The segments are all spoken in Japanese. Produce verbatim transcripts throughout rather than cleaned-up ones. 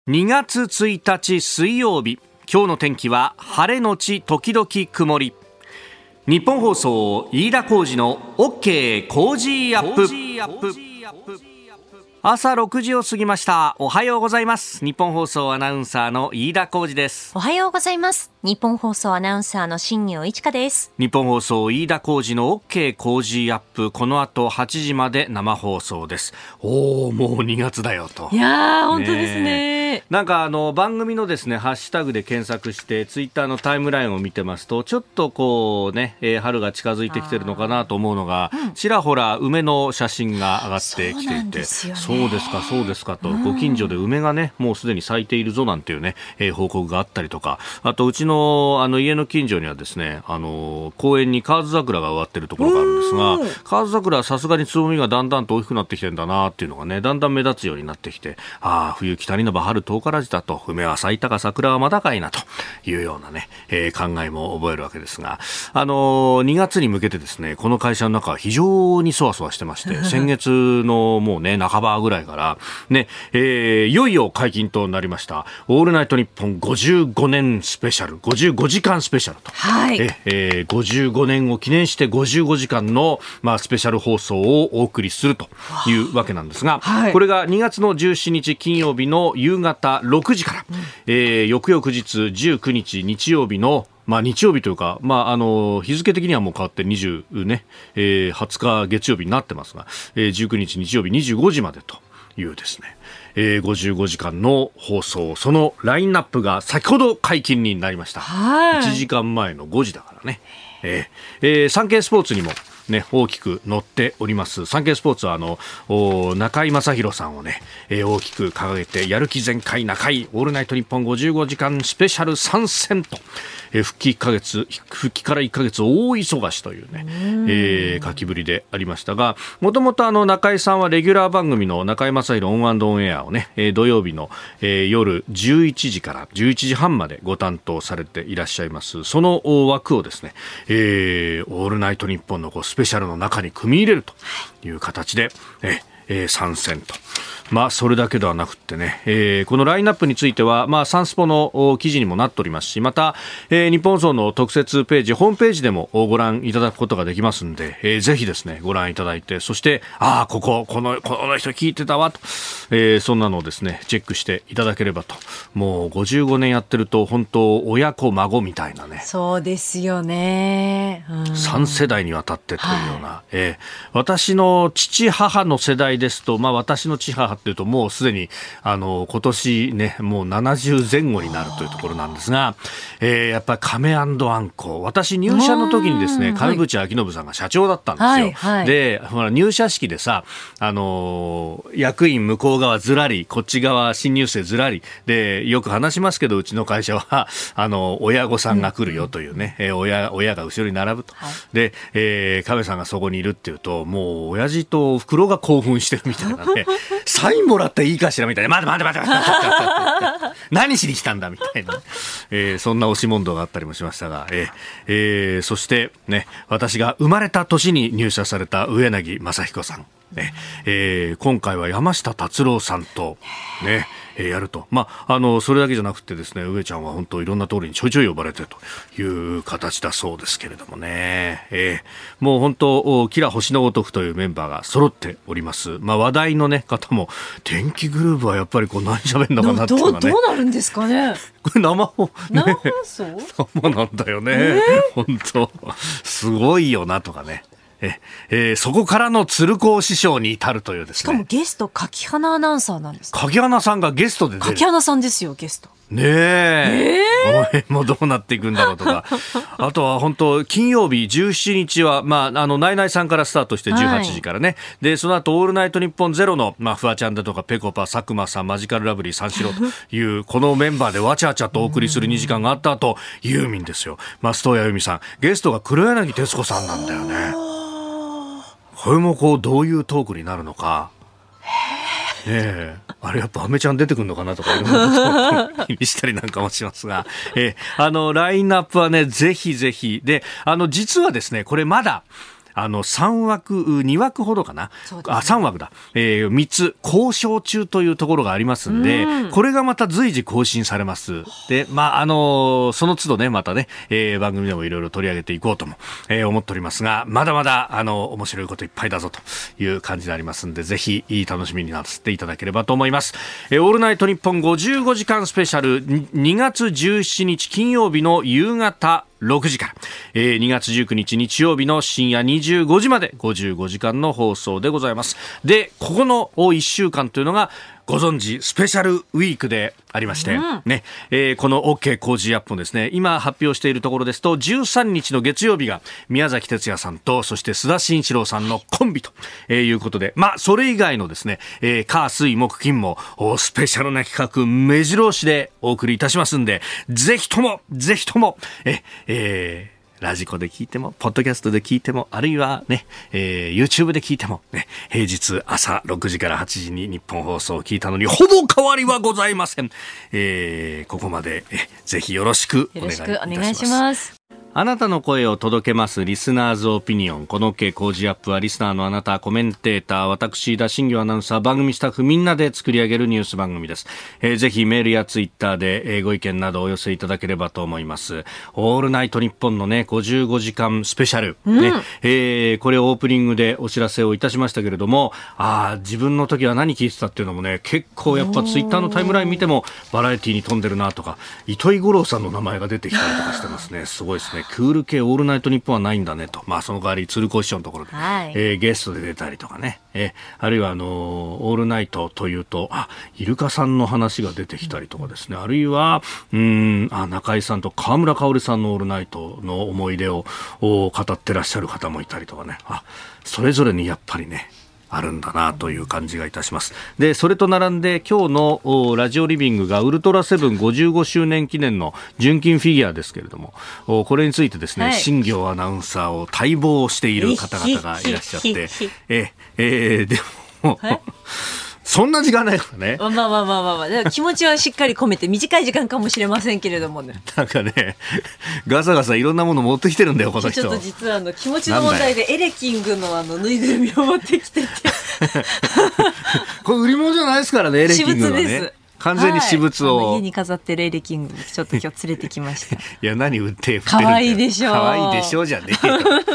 にがつついたち水曜日、今日の天気は晴れのち時々曇り。日本放送飯田浩司の OK 工事アップ。朝ろくじを過ぎました。おはようございます。日本放送アナウンサーの飯田浩司です。 おはようございます。日本放送アナウンサーの新業一華です。 日本放送飯田浩司の OK 工事アップ、この後はちじまで生放送です。おー、もうにがつだよと。 いやー、本当ですね。 なんかあの番組のですねハッシュタグで検索してツイッターのタイムラインを見てますと、ちょっとこうね、えー、春が近づいてきてるのかなと思うのが、うん、ちらほら梅の写真が上がってきていて、 そうなんですよね。 そうですかそうですかと、ご近所で梅がねもうすでに咲いているぞなんていうね、えー、報告があったりとか、あとうちのあの家の近所にはですね、あの公園に河津桜が植わってるところがあるんですが、河津桜はさすがにつぼみがだんだんと大きくなってきてるんだなっていうのがね、だんだん目立つようになってきて、ああ冬来たりなば春遠からずだと、梅は咲いたか桜はまだかいなというようなね、えー、考えも覚えるわけですが、あのー、にがつに向けてですね、この会社の中は非常にそわそわしてまして先月のもうね半ばぐらいからね、えー、いよいよ解禁となりましたオールナイトニッポンごじゅうごねんスペシャル、ごじゅうごじかんスペシャルと、 はい、 ええー、ごじゅうごねんを記念してごじゅうごじかんの、まあ、スペシャル放送をお送りするというわけなんですが、はい、これがにがつのじゅうしちにち金曜日の夕方ろくじから、うん、えー、翌々日じゅうくにち日曜日のまあ、日曜日というか、まあ、あの日付的にはもう変わってにじゅう、ねえー、はつか月曜日になってますが、えー、じゅうくにち日曜日にじゅうごじまでというですね、えー、ごじゅうごじかんの放送、そのラインナップが先ほど解禁になりました。 はい、 いちじかんまえのごじだからね、えーえー、サンケイスポーツにもね、大きく載っております。サンケイスポーツはあの中井正広さんをね、えー、大きく掲げて、やる気全開中井オールナイトニッポンごじゅうごじかんスペシャル参戦と、えー、復帰いっかげつ復帰からいっかげつ大忙しというね、えー、書きぶりでありましたが、もともとあの中井さんはレギュラー番組の中井正広オン&オンエアをね、えー、土曜日の、えー、夜じゅういちじからじゅういちじはんまでご担当されていらっしゃいます。その枠をですね、えー、オールナイトニッポンのこうスペシャルの中に組み入れるという形で、ええー、参戦と。まあ、それだけではなくってね、えー、このラインナップについては、まあ、サンスポの記事にもなっておりますし、また、えー、日本放送の特設ページ、ホームページでもご覧いただくことができますんで、えー、ぜひですね、ご覧いただいて、そして、ああ、ここ、この、この人聞いてたわと、えー、そんなのをですね、チェックしていただければと。もうごじゅうごねんやってると、本当、親子孫みたいなね。 そうですよね。うん、 さんせだいにわたってというような、はい、えー、私の父母の世代ですと、まあ、私の父母っていうともうすでにあの今年ねもうななじゅうぜん後になるというところなんですが、えー、やっぱり亀&あんこ、私入社の時にですね上渕明信さんが社長だったんですよ、はいはい、でほら入社式でさ、あのー、役員向こう側ずらり、こっち側新入生ずらりで、よく話しますけどうちの会社はあの親御さんが来るよというね、うん、えー、親, 親が後ろに並ぶと、はい、で、えー、亀さんがそこにいるっていうともう親父と袋が興奮してるみたいなねサインもらっていいかしらみたいな、待て待て待て待て待て待て何しに来たんだみたいな、えー、そんな押し問答があったりもしましたが、えーえー、そしてね、私が生まれた年に入社された上柳正彦さん、ね、えー、今回は山下達郎さんとね、えー、やると、まあ、あのそれだけじゃなくてですね、上ちゃんは本当いろんなところにちょいちょい呼ばれてという形だそうですけれどもね、えー、もう本当キラ星のごとくというメンバーが揃っております。まあ、話題の、ね、方も天気グルーヴはやっぱりこう何喋るのかなっていうのがね、 どうなるんですかねこれ生放、ね、 生放送生なんだよね、えー、本当すごいよなとかね、ええー、そこからの鶴光師匠に至るというですね。 しかもゲスト柿花アナウンサーなんですか。 柿花さんがゲストで出る。 柿花さんですよゲストねえ、えー、この辺もどうなっていくんだろうとかあとは本当金曜日じゅうしちにちは、まあ、あのナイナイさんからスタートしてじゅうはちじからね、はい、でその後オールナイトニッポンゼロの、まあ、フワちゃんだとかペコパ佐久間さんマジカルラブリー三四郎というこのメンバーでわちゃわちゃとお送りするにじかんがあった後、ユーミンですよ、松任谷由実さん、ゲストが黒柳徹子さんなんだよね。これもこうどういうトークになるのか、ねえ、あれやっぱアメちゃん出てくるのかなとかいろんなことを気にしたりなんかもしますが、えー、あのラインナップはねぜひぜひで、あの実はですねこれまだあのさんわくにわくほどかな、ね、あさんわくだ、えー、みっつ交渉中というところがありますんで、うん、これがまた随時更新されます。で、まああのその都度ねまたね、えー、番組でもいろいろ取り上げていこうとも、えー、思っておりますが、まだまだあの面白いこといっぱいだぞという感じでありますんで、ぜひ楽しみになさっていただければと思います。えー、オールナイトニッポンごじゅうごじかんスペシャルにがつじゅうしちにち金曜日の夕方ろくじから、えー、にがつじゅうくにち日曜日の深夜にじゅうごじまでごじゅうごじかんの放送でございます。で、ここのいっしゅうかんというのがご存知スペシャルウィークでありまして、うんねえー、この OK 工事アップもですね、今発表しているところですとじゅうさんにちの月曜日が宮崎哲也さんとそして須田慎一郎さんのコンビということで、まあそれ以外のですね、えー、火水木金もスペシャルな企画目白押しでお送りいたしますんで、ぜひともぜひともえ、えーラジコで聞いても、ポッドキャストで聞いても、あるいはね、えー、YouTube で聞いても、ね、平日朝ろくじからはちじに日本放送を聞いたのに、ほぼ変わりはございません。えー、ここまで、えぜひよろしくお願いいたします。よろしくお願いします。あなたの声を届けますリスナーズオピニオン。この OK 工事アップはリスナーのあなた、コメンテーター、私田新業アナウンサー、番組スタッフみんなで作り上げるニュース番組です。えー、ぜひメールやツイッターで、えー、ご意見などお寄せいただければと思います。オールナイトニッポンのねごじゅうごじかんスペシャル、うんねえー、これオープニングでお知らせをいたしましたけれども、あ自分の時は何聞いてたっていうのもね、結構やっぱツイッターのタイムライン見てもバラエティに富んでるなとか、糸井五郎さんの名前が出てきたりとかしてますね。すごいですね。クール系オールナイトニッポンはないんだねと、まあ、その代わり鶴子師匠のところで、はいえー、ゲストで出たりとかね、えー、あるいはあのー、オールナイトというとあイルカさんの話が出てきたりとかですね、あるいはうーんあ中井さんと川村香織さんのオールナイトの思い出を語ってらっしゃる方もいたりとかね、あそれぞれにやっぱりねあるんだなという感じがいたします。で、それと並んで今日のラジオリビングがウルトラセブンごじゅうごしゅうねん記念の純金フィギュアですけれども、これについてですね、はい、新業アナウンサーを待望している方々がいらっしゃってえ、えー、でもそんな時間ないからね。 まあまあまあまあまあ、まあ、気持ちはしっかり込めて短い時間かもしれませんけれどもね。 なんかね、ガサガサいろんなもの持ってきてるんだよこの人。 ちょっと実はあの気持ちの問題でエレキングのあのぬいぐるみを持ってきてて。 これ売り物じゃないですからね、エレキングはね。私物です。完全に私物を、 はい、家に飾ってるエレキングちょっと今日連れてきました。いや何売って売ってるんだよ。 可愛いでしょう。 可愛いでしょうじゃねえよ。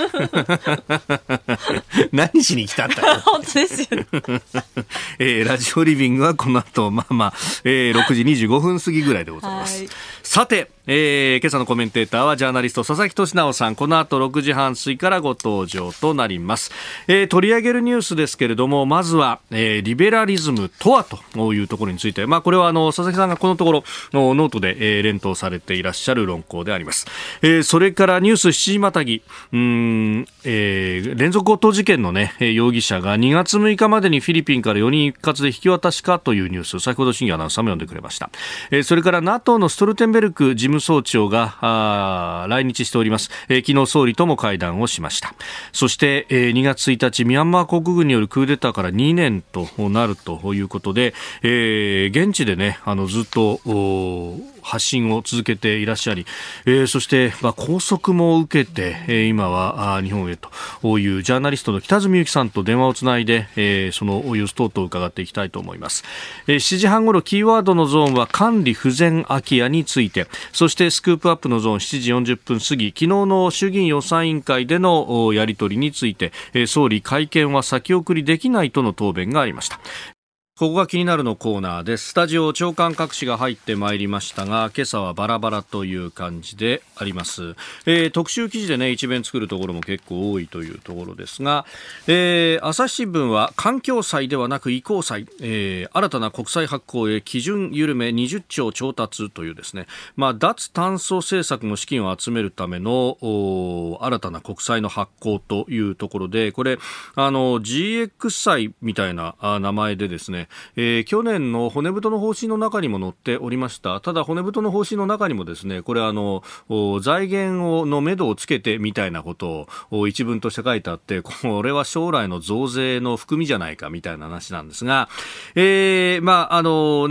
何しに来たんだよ。 本当ですよ、 えー、ラジオリビングはこの後まあまあ、えー、ろくじにじゅうごふん過ぎぐらいでございます。さて、えー、今朝のコメンテーターはジャーナリスト佐々木俊直さん。この後ろくじはん過ぎからご登場となります。えー、取り上げるニュースですけれども、まずは、えー、リベラリズムとはというところについて、まあこれはあの佐々木さんがこのところのノートで、えー、連投されていらっしゃる論考であります。えー、それからニュースしちじまたぎ、うーん、えー、連続強盗事件のね容疑者がにがつむいかまでにフィリピンからよにん一括で引き渡しかというニュース、先ほど新業アナウンサーも読んでくれました。えー、それから NATO のストルテンベルク事務総長があ来日しております。えー、昨日総理とも会談をしました。そして、えー、にがつついたちミャンマー国軍によるクーデターからにねんとなるということで、えー、現地でねあのずっと発信を続けていらっしゃり、えー、そして、まあ、拘束も受けて、えー、今は日本へというジャーナリストの北住由紀さんと電話をつないで、えー、その様子等々を伺っていきたいと思います。えー、しちじはんごろキーワードのゾーンは管理不全空き家について、そしてスクープアップのゾーンしちじよんじゅっぷん過ぎ、昨日の衆議院予算委員会でのやり取りについて、えー、総理会見は先送りできないとの答弁がありました。ここが気になるのコーナーです。スタジオ長官各紙が入ってまいりましたが、今朝はバラバラという感じであります。えー、特集記事でね一面作るところも結構多いというところですが、えー、朝日新聞は環境債ではなく移行債、えー、新たな国債発行へ基準緩めにじゅっちょう調達というですね、まあ、脱炭素政策の資金を集めるための新たな国債の発行というところで、これあの ジーエックス 債みたいな名前でですね、えー、去年の骨太の方針の中にも載っておりました。ただ骨太の方針の中にもですね、これあの財源をの目処をつけてみたいなことを一文として書いてあって、これは将来の増税の含みじゃないかみたいな話なんですが、えー、まああのね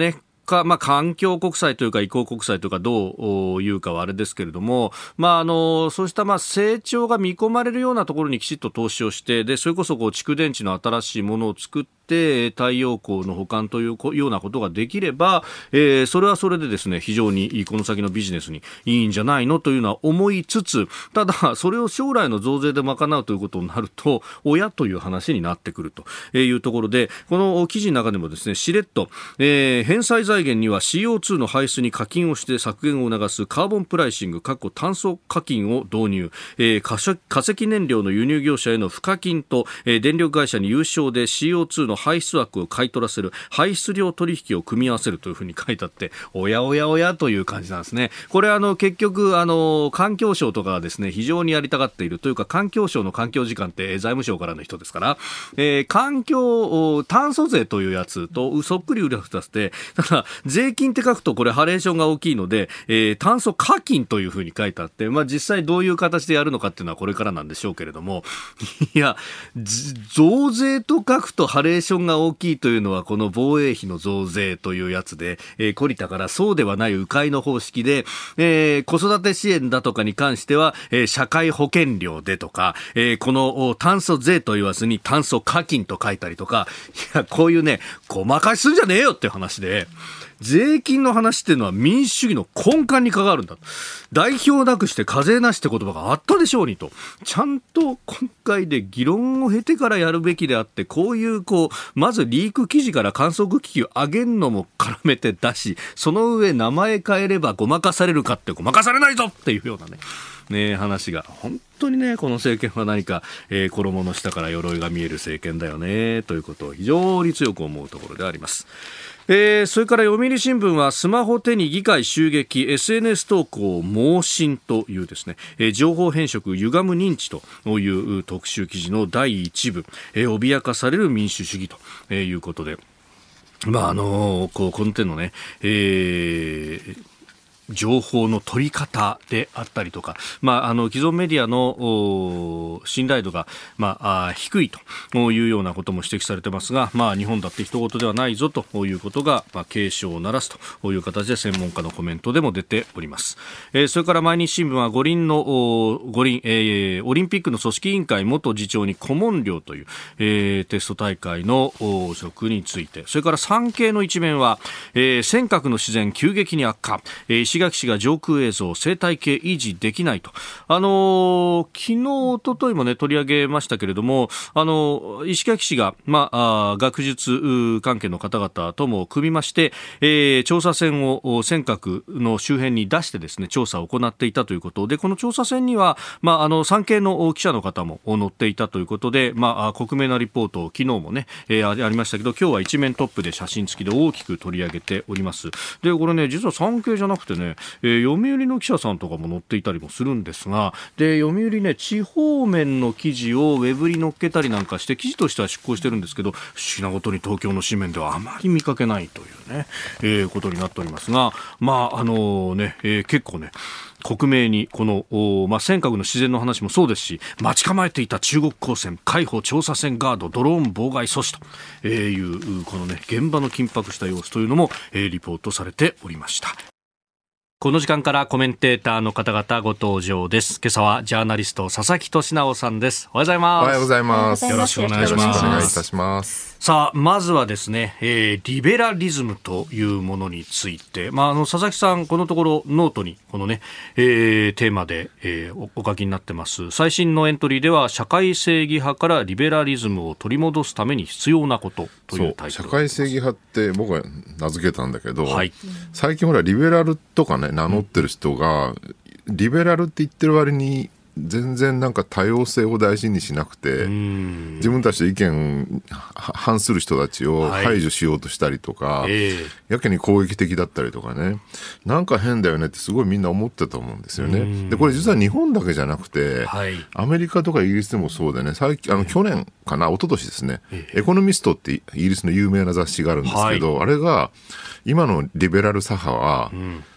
か、まあ、環境国債というか移行国債というかどういうかはあれですけれども、まあ、あのそうしたまあ成長が見込まれるようなところにきちっと投資をして、でそれこそこう蓄電池の新しいものを作ってで太陽光の保管というようなことができれば、えー、それはそれでですね非常にこの先のビジネスにいいんじゃないのというのは思いつつ、ただそれを将来の増税で賄うということになると親という話になってくるというところで、この記事の中でもですねしれっと、えー、返済財源には シーオーツー の排出に課金をして削減を促すカーボンプライシング炭素課金を導入、えー、化石燃料の輸入業者への賦課金と、えー、電力会社に有償で シーオーツー の排出枠を買い取らせる排出量取引を組み合わせるというふうに書いてあって、おやおやおやという感じなんですね。これあの結局あの環境省とかがですね非常にやりたがっているというか、環境省の環境次官って財務省からの人ですから、えー、環境炭素税というやつとそっくり売り出して、ただ税金って書くとこれハレーションが大きいので、えー、炭素課金というふうに書いてあって、まあ、実際どういう形でやるのかっていうのはこれからなんでしょうけれども、いや増税と書くとハレーションが大きいというのはこの防衛費の増税というやつで、えー、懲りたからそうではない迂回の方式で、えー、子育て支援だとかに関しては、えー、社会保険料でとか、えー、この炭素税と言わずに炭素課金と書いたりとか、いやこういうねごまかしすんじゃねえよっていう話で、税金の話っていうのは民主主義の根幹に関わるんだ。代表なくして課税なしって言葉があったでしょうにと、ちゃんと今回で議論を経てからやるべきであって、こういうこうまずリーク記事から観測機器を上げるのも絡めて出し、その上名前変えればごまかされるかって、ごまかされないぞっていうようなねね話が、本当にねこの政権は何か、えー、衣の下から鎧が見える政権だよねということを非常に強く思うところであります。えー、それから読売新聞はスマホ手に議会襲撃 エスエヌエス 投稿猛進というですね、えー、情報変色歪む認知という特集記事のだいいち部、えー、脅かされる民主主義ということで、まああのー、こうこの点のね、えー情報の取り方であったりとか、まあ、あの既存メディアの信頼度が、まあ、低いというようなことも指摘されてますが、まあ、日本だって人事ではないぞということが、まあ、警鐘を鳴らすという形で専門家のコメントでも出ております。えー、それから毎日新聞は五輪の五輪、えー、オリンピックの組織委員会元次長に顧問料という、えー、テスト大会の職について、それから産経の一面は、えー、尖閣の自然急激に悪化、えー石垣市が上空映像生態系維持できないと、あのー、昨日おとといもね取り上げましたけれども、あのー、石垣市が、まあ、あ学術関係の方々とも組みまして、えー、調査船を尖閣の周辺に出してですね調査を行っていたということで、この調査船には、まあ、あの産経の記者の方も乗っていたということで、まあ、克明なリポートを昨日もね、えー、ありましたけど、今日は一面トップで写真付きで大きく取り上げております。でこれね実は産経じゃなくてね、えー、読売の記者さんとかも載っていたりもするんですが、で読売ね地方面の記事をウェブに載っけたりなんかして記事としては出稿してるんですけど、不思議なことに東京の紙面ではあまり見かけないというね、えー、ことになっておりますが、まああのね、えー、結構ね克明にこの、まあ、尖閣の自然の話もそうですし、待ち構えていた中国公船海保調査船ガードドローン妨害阻止というこのね現場の緊迫した様子というのも、えー、リポートされておりました。この時間からコメンテーターの方々ご登場です。今朝はジャーナリスト佐々木俊直さんです。おはようございます。 おはようございます。 よろしくお願いします。 よろしくお願いいたします。 さあまずはですね、えー、リベラリズムというものについて、まあ、あの佐々木さんこのところノートにこのね、えー、テーマで、えー、お, お書きになってます。最新のエントリーでは社会正義派からリベラリズムを取り戻すために必要なことというタイトル。 そう、社会正義派って僕は名付けたんだけど、はい、最近ほらリベラルとかね名乗ってる人が、うん、リベラルって言ってる割に全然なんか多様性を大事にしなくて、自分たちと意見反する人たちを排除しようとしたりとか、はいえー、やけに攻撃的だったりとかね、なんか変だよねってすごいみんな思ってたと思うんですよね。でこれ実は日本だけじゃなくて、はい、アメリカとかイギリスでもそうでね、最近あの去年かな一昨年ですね、えー、エコノミストってイギリスの有名な雑誌があるんですけど、はい、あれが今のリベラル左派は、うん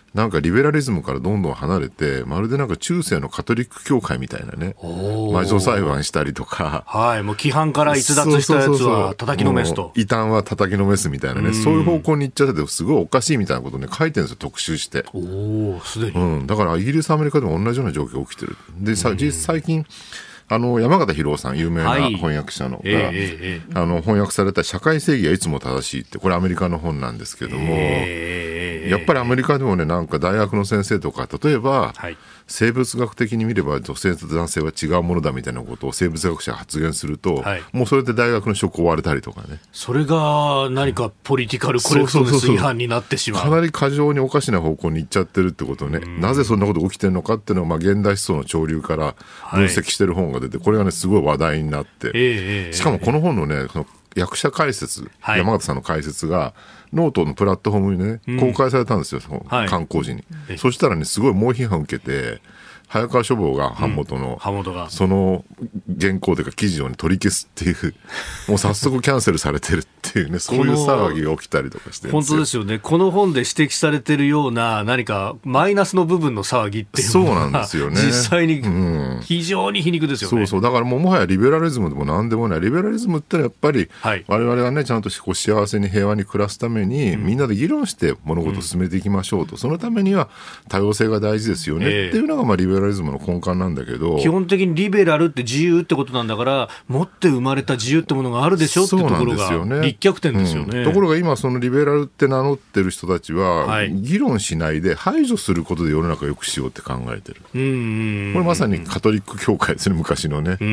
なんかリベラリズムからどんどん離れて、まるでなんか中世のカトリック教会みたいなね、魔女裁判したりとか、 はい、もう規範から逸脱したやつは叩きのめすと、 異端は叩きのめすみたいなね、そういう方向に行っちゃってて、すごいおかしいみたいなことをね書いてるんですよ、特集して。 おー、すでに、 うん、だからイギリスアメリカでも同じような状況が起きてる。でさ、実最近あの山形博夫さん、有名な翻訳者のが、はい、えー、あの翻訳された社会正義はいつも正しいって、これアメリカの本なんですけども、えー、やっぱりアメリカでもね、なんか大学の先生とか、例えば、はい、生物学的に見れば女性と男性は違うものだみたいなことを生物学者が発言すると、はい、もうそれで大学の職を追われたりとかね。 それが何かポリティカルコレクトネス違反になってしまう。 かなり過剰におかしな方向に行っちゃってるってことをね、なぜそんなこと起きてるのかっていうのを、まあ、現代思想の潮流から分析してる本が出て、はい、これがねすごい話題になって、えー、しかもこの本のね、その役者解説、はい、山形さんの解説がノートのプラットフォームにね、うん、公開されたんですよ、その刊行時に、はい、そしたらねすごい猛批判を受けて、早川書房が版元の、うん、その原稿というか記事を、ね、取り消すっていう、もう早速キャンセルされてるっていうね、そういう騒ぎが起きたりとかしてるんですよ。 本当ですよね。この本で指摘されてるような何かマイナスの部分の騒ぎっていうのが、そうなんですよね、実際に非常に皮肉ですよね、 うん、そうそう、だからもうもはやリベラリズムでも何でもない。リベラリズムってのはやっぱり、はい、我々がねちゃんとこう幸せに平和に暮らすために、うん、みんなで議論して物事を進めていきましょうと、うん、そのためには多様性が大事ですよね、えー、っていうのがまあリベラリズムの根幹なんだけど、 基本的にリベラルって自由ってことなんだから、持って生まれた自由ってものがあるでしょってところが立脚点ですよね、 うん、ところが今そのリベラルって名乗ってる人たちは、はい、議論しないで排除することで世の中を良くしようって考えてる。うん、これまさにカトリック教会ですね、昔のね、うん、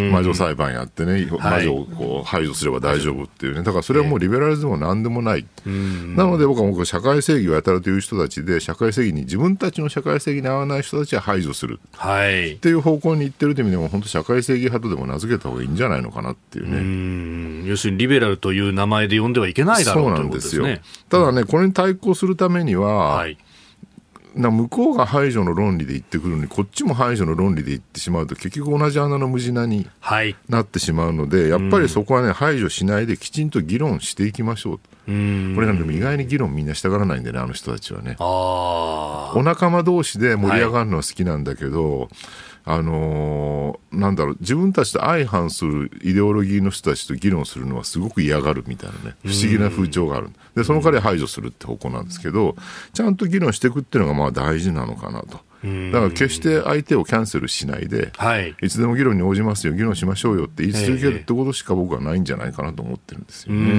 魔女裁判やってね、魔女をこう排除すれば大丈夫っていうね、だからそれはもうリベラリズムも何でもない、えー、なので僕は僕社会正義をやたらという人たちで、社会正義に自分たちの社会正義に合わない人たちは排除する、はい、っていう方向に行ってるという意味でも、本当社会正義派とでも名付けた方がいいんじゃないのかなっていうね。うーん、要するにリベラルという名前で呼んではいけないだろうということですね。そうなんですよ。 ただね、これに対抗するためには、はい、な向こうが排除の論理で言ってくるのに、こっちも排除の論理で言ってしまうと、結局同じ穴の無地なになってしまうので、はい、やっぱりそこはね、排除しないできちんと議論していきましょう。うーん、これなんでも意外に議論みんなしたがらないんでね、あの人たちはね。あ、お仲間同士で盛り上がるのは好きなんだけど、はい、あのー、なんだろう、自分たちと相反するイデオロギーの人たちと議論するのはすごく嫌がるみたいなね、不思議な風潮がある。でその代わり排除するって方向なんですけど、ちゃんと議論していくっていうのがまあ大事なのかなと。だから決して相手をキャンセルしないで、はい、いつでも議論に応じますよ、議論しましょうよって言い続けるってことしか僕はないんじゃないかなと思ってるんですよね。うん、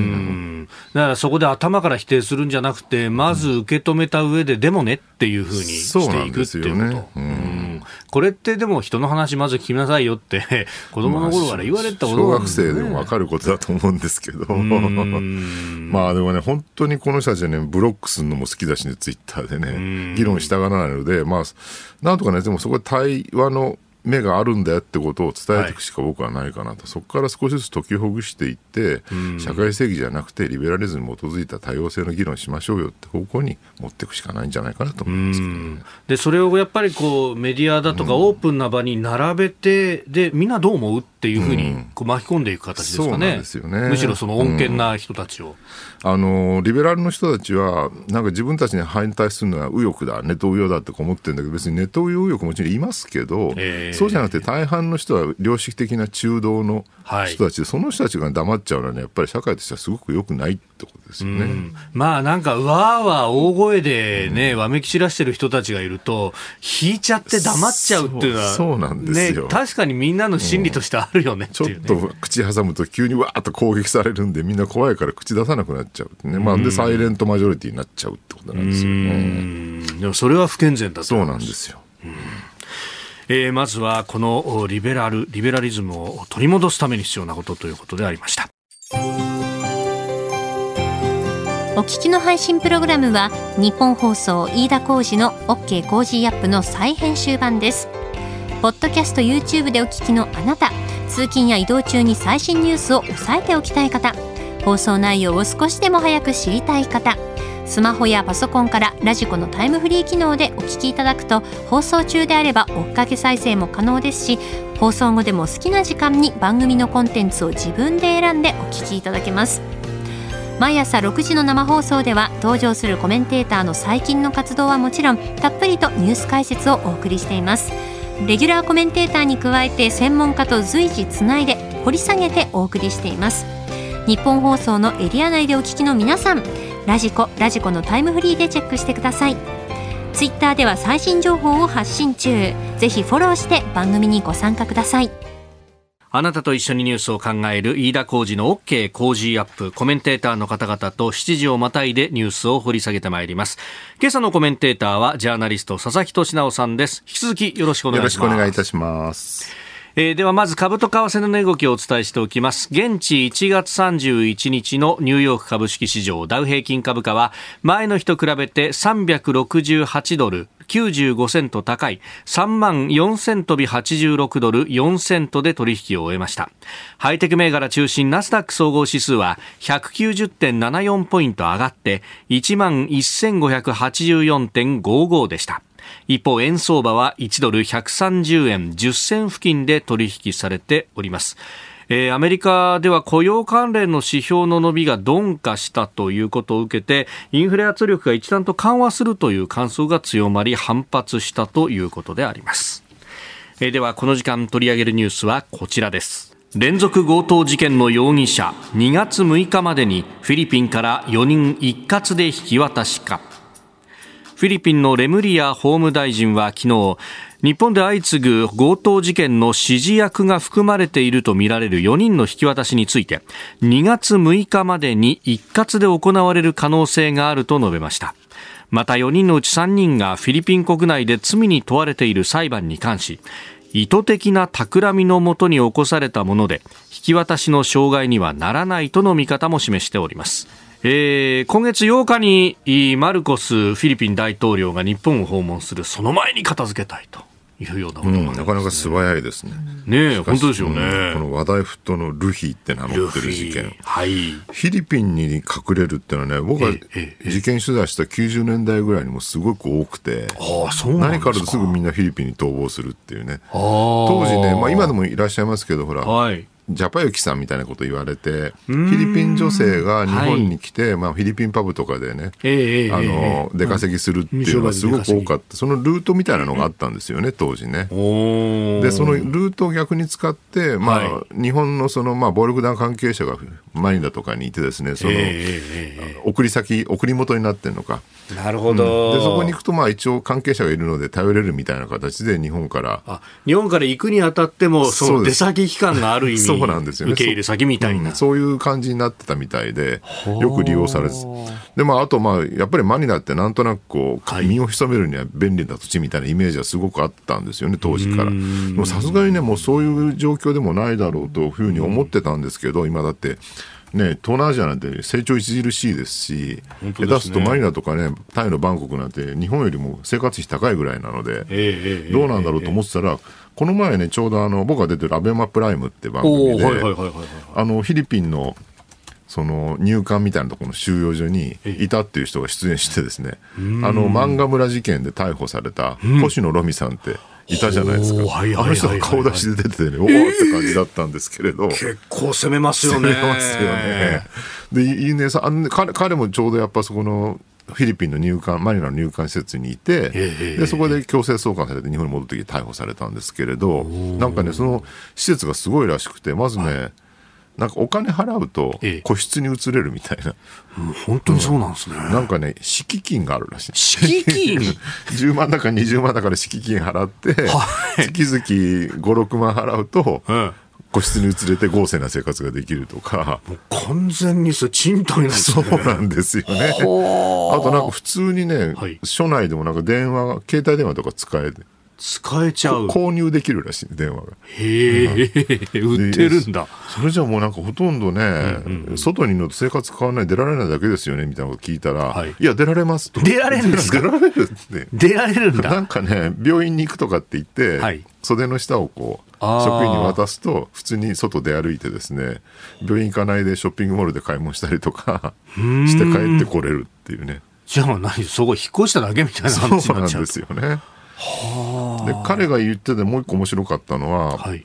だからそこで頭から否定するんじゃなくて、まず受け止めた上で、でもねっていうふうにしていくっていうこと。うん、これってでも人の話まず聞きなさいよって子供の頃から言われたことなんですね。 小学生でも分かることだと思うんですけど、まあでもね、本当にこの人たちはね、ブロックするのも好きだしね、ツイッターでね、議論したがらないので、まあなんとかね、でもそこで対話の目があるんだよってことを伝えていくしか僕はないかなと、はい、そこから少しずつ解きほぐしていって、社会正義じゃなくてリベラリズムに基づいた多様性の議論しましょうよって方向に持っていくしかないんじゃないかなと思いますけど、ね、 でそれをやっぱりこうメディアだとかオープンな場に並べて、でみんなどう思うっていうふうにこう巻き込んでいく形ですかね。そうなんですよね。むしろその穏健な人たちを、 うん、あのリベラルの人たちはなんか自分たちに反対するのは右翼だ、ネトウヨだって思ってるんだけど、別にネトウヨ右翼もちろんいますけど、えー、そうじゃなくて大半の人は良識的な中道の人たちで、はい、その人たちが黙っちゃうのはね、やっぱり社会としてはすごく良くないってことですよね。うん、 まあなんかわーわー大声でね、うん、わめき散らしてる人たちがいると引いちゃって黙っちゃうっていうのは、 そう、そうなんですよ、 ね、確かにみんなの心理としてあるよねっていうね、うん、 ちょっと口挟むと急にわーっと攻撃されるんで、みんな怖いから口出さなくなっちゃうってね、まあ、でサイレントマジョリティになっちゃうってことなんですよね。うん、 でもそれは不健全だと。 そうなんですよ。うん、 えー、まずはこのリベラルリベラリズムを取り戻すために必要なことということでありました。 お聞きの配信プログラムは日本放送飯田浩司の OK コージーアップの再編集版です。ポッドキャスト YouTube でお聞きのあなた、通勤や移動中に最新ニュースを押さえておきたい方、放送内容を少しでも早く知りたい方、スマホやパソコンからラジコのタイムフリー機能でお聞きいただくと、放送中であれば追っかけ再生も可能ですし、放送後でも好きな時間に番組のコンテンツを自分で選んでお聞きいただけます。 毎朝ろくじの生放送では登場するコメンテーターの最近の活動はもちろん、たっぷりとニュース解説をお送りしています。レギュラーコメンテーターに加えて専門家と随時つないで掘り下げてお送りしています。日本放送のエリア内でお聞きの皆さん、ラジコラジコのタイムフリーでチェックしてください。ツイッターでは最新情報を発信中。ぜひフォローして番組にご参加ください。 あなたと一緒にニュースを考える飯田浩司の OK 工事アップ。コメンテーターの方々としちじをまたいでニュースを掘り下げてまいります。今朝のコメンテーターはジャーナリスト佐々木俊直さんです。引き続きよろしくお願いします。 よろしくお願いいたします。 えー、ではまず株と為替の値動きをお伝えしておきます。現地いちがつさんじゅういちにちのニューヨーク株式市場ダウ平均株価は前の日と比べてさんびゃくろくじゅうはちドルきゅうじゅうごセント高い さんまんよんせんとびはちじゅうろくドルよんセントで取引を終えました。ハイテク銘柄中心ナスダック総合指数は ひゃくきゅうじゅってんななよん ポイント上がって いちまんせんごひゃくはちじゅうよんてんごご でした。一方円相場はいちドルひゃくさんじゅうえんじゅっせん付近で取引されております。えー、アメリカでは雇用関連の指標の伸びが鈍化したということを受けてインフレ圧力が一段と緩和するという感想が強まり反発したということであります。えー、ではこの時間取り上げるニュースはこちらです。連続強盗事件の容疑者にがつむいかまでにフィリピンからよにん一括で引き渡しか。フィリピンのレムリア法務大臣は昨日、日本で相次ぐ強盗事件の指示役が含まれているとみられるよにんの引き渡しについてにがつむいかまでに一括で行われる可能性があると述べました。またよにんのうちさんにんがフィリピン国内で罪に問われている裁判に関し、意図的な企みのもとに起こされたもので引き渡しの障害にはならないとの見方も示しております。えー、今月ようかにマルコスフィリピン大統領が日本を訪問する、その前に片付けたいというようなことが、ね、うん、なかなか素早いですね。 ねえ、本当ですよね、 うん、この話題沸騰のルフィって名乗ってる事件、 はい、 フィリピンに隠れるっていうのはね、僕が事件取材したきゅうじゅうねんだいぐらいにもすごく多くて、 ああ、そうなんですか。 何かあるとすぐみんなフィリピンに逃亡するっていうね。当時ね、まあ、今でもいらっしゃいますけど、ほら、はい、ジャパユキさんみたいなこと言われて、フィリピン女性が日本に来て、はい、まあ、フィリピンパブとかでね、えー、あの、えー、出稼ぎするっていうのがすごく多かった。そのルートみたいなのがあったんですよね、当時ね。で、そのルートを逆に使って、まあ、はい、日本のその、まあ、暴力団関係者がマニラとかにいてですね、その、えー、送り先、送り元になってるのか。 なるほど。 うん、で、そこに行くと、まあ、一応関係者がいるので頼れるみたいな形で日本から。 あ、日本から行くにあたっても、その出先機関がある意味。 そうなんですよね。 受け入れ先みたいな、 うん、そういう感じになってたみたいで、よく利用されて、で、まあ、あと、まあ、やっぱりマニラってなんとなくこう、はい、身を潜めるには便利な土地みたいなイメージはすごくあったんですよね、当時から。もうさすがにね、もうそういう状況でもないだろうというふうに思ってたんですけど、今だって、ね、東南アジアなんて成長著しいですし、下手するとマニラとかね、タイのバンコクなんて日本よりも生活費高いぐらいなので、えー、どうなんだろうと思ってたら、えーえー、この前ね、ちょうどあの僕が出てるアベマプライムって番組で、あのフィリピンのその入管みたいなところの収容所にいたっていう人が出演してですね、あの漫画村事件で逮捕された星野ロミさんっていたじゃないですか。あの人が顔出しで出ててね、おーって感じだったんですけれど、 結構攻めますよね。 攻めますよね。で、いいね、さ、あの彼、彼もちょうどやっぱそこのフィリピンの入管、マニラの入管施設にいて、でそこで強制送還されて日本に戻ってきて逮捕されたんですけれど、なんかね、その施設がすごいらしくて、まずね、はい、なんかお金払うと個室に移れるみたいな、 ええ、もう本当にそうなんですね、 うん、なんかね、敷金があるらしい。 敷金じゅうまんだかにじゅうまんだから敷金払って、はい、月々ご、ろくまん払うと、うん、個室に移れて豪勢な生活ができるとか。 もう完全にそれ賃貸なんですね。 そうなんですよね。あとなんか普通にね、はい、署内でもなんか電話、携帯電話とか使えて使えちゃう、 購入できるらしい、電話が。 へえ、うん、売ってるんだ。 それじゃもうなんかほとんどね、うんうんうん、外にいるのと生活変わらない、出られないだけですよねみたいなこと聞いたら、はい、いや出られますと。 出られるんですか。 出られるって出られるんだ。 なんかね、病院に行くとかって言って、はい、袖の下をこう職員に渡すと普通に外出歩いてですね、病院行かないでショッピングモールで買い物したりとかして帰ってこれるっていうね。 じゃあ何、そこ引っ越しただけみたいな話になっちゃう。 そうなんですよね。で彼が言っててもう一個面白かったのは、はい、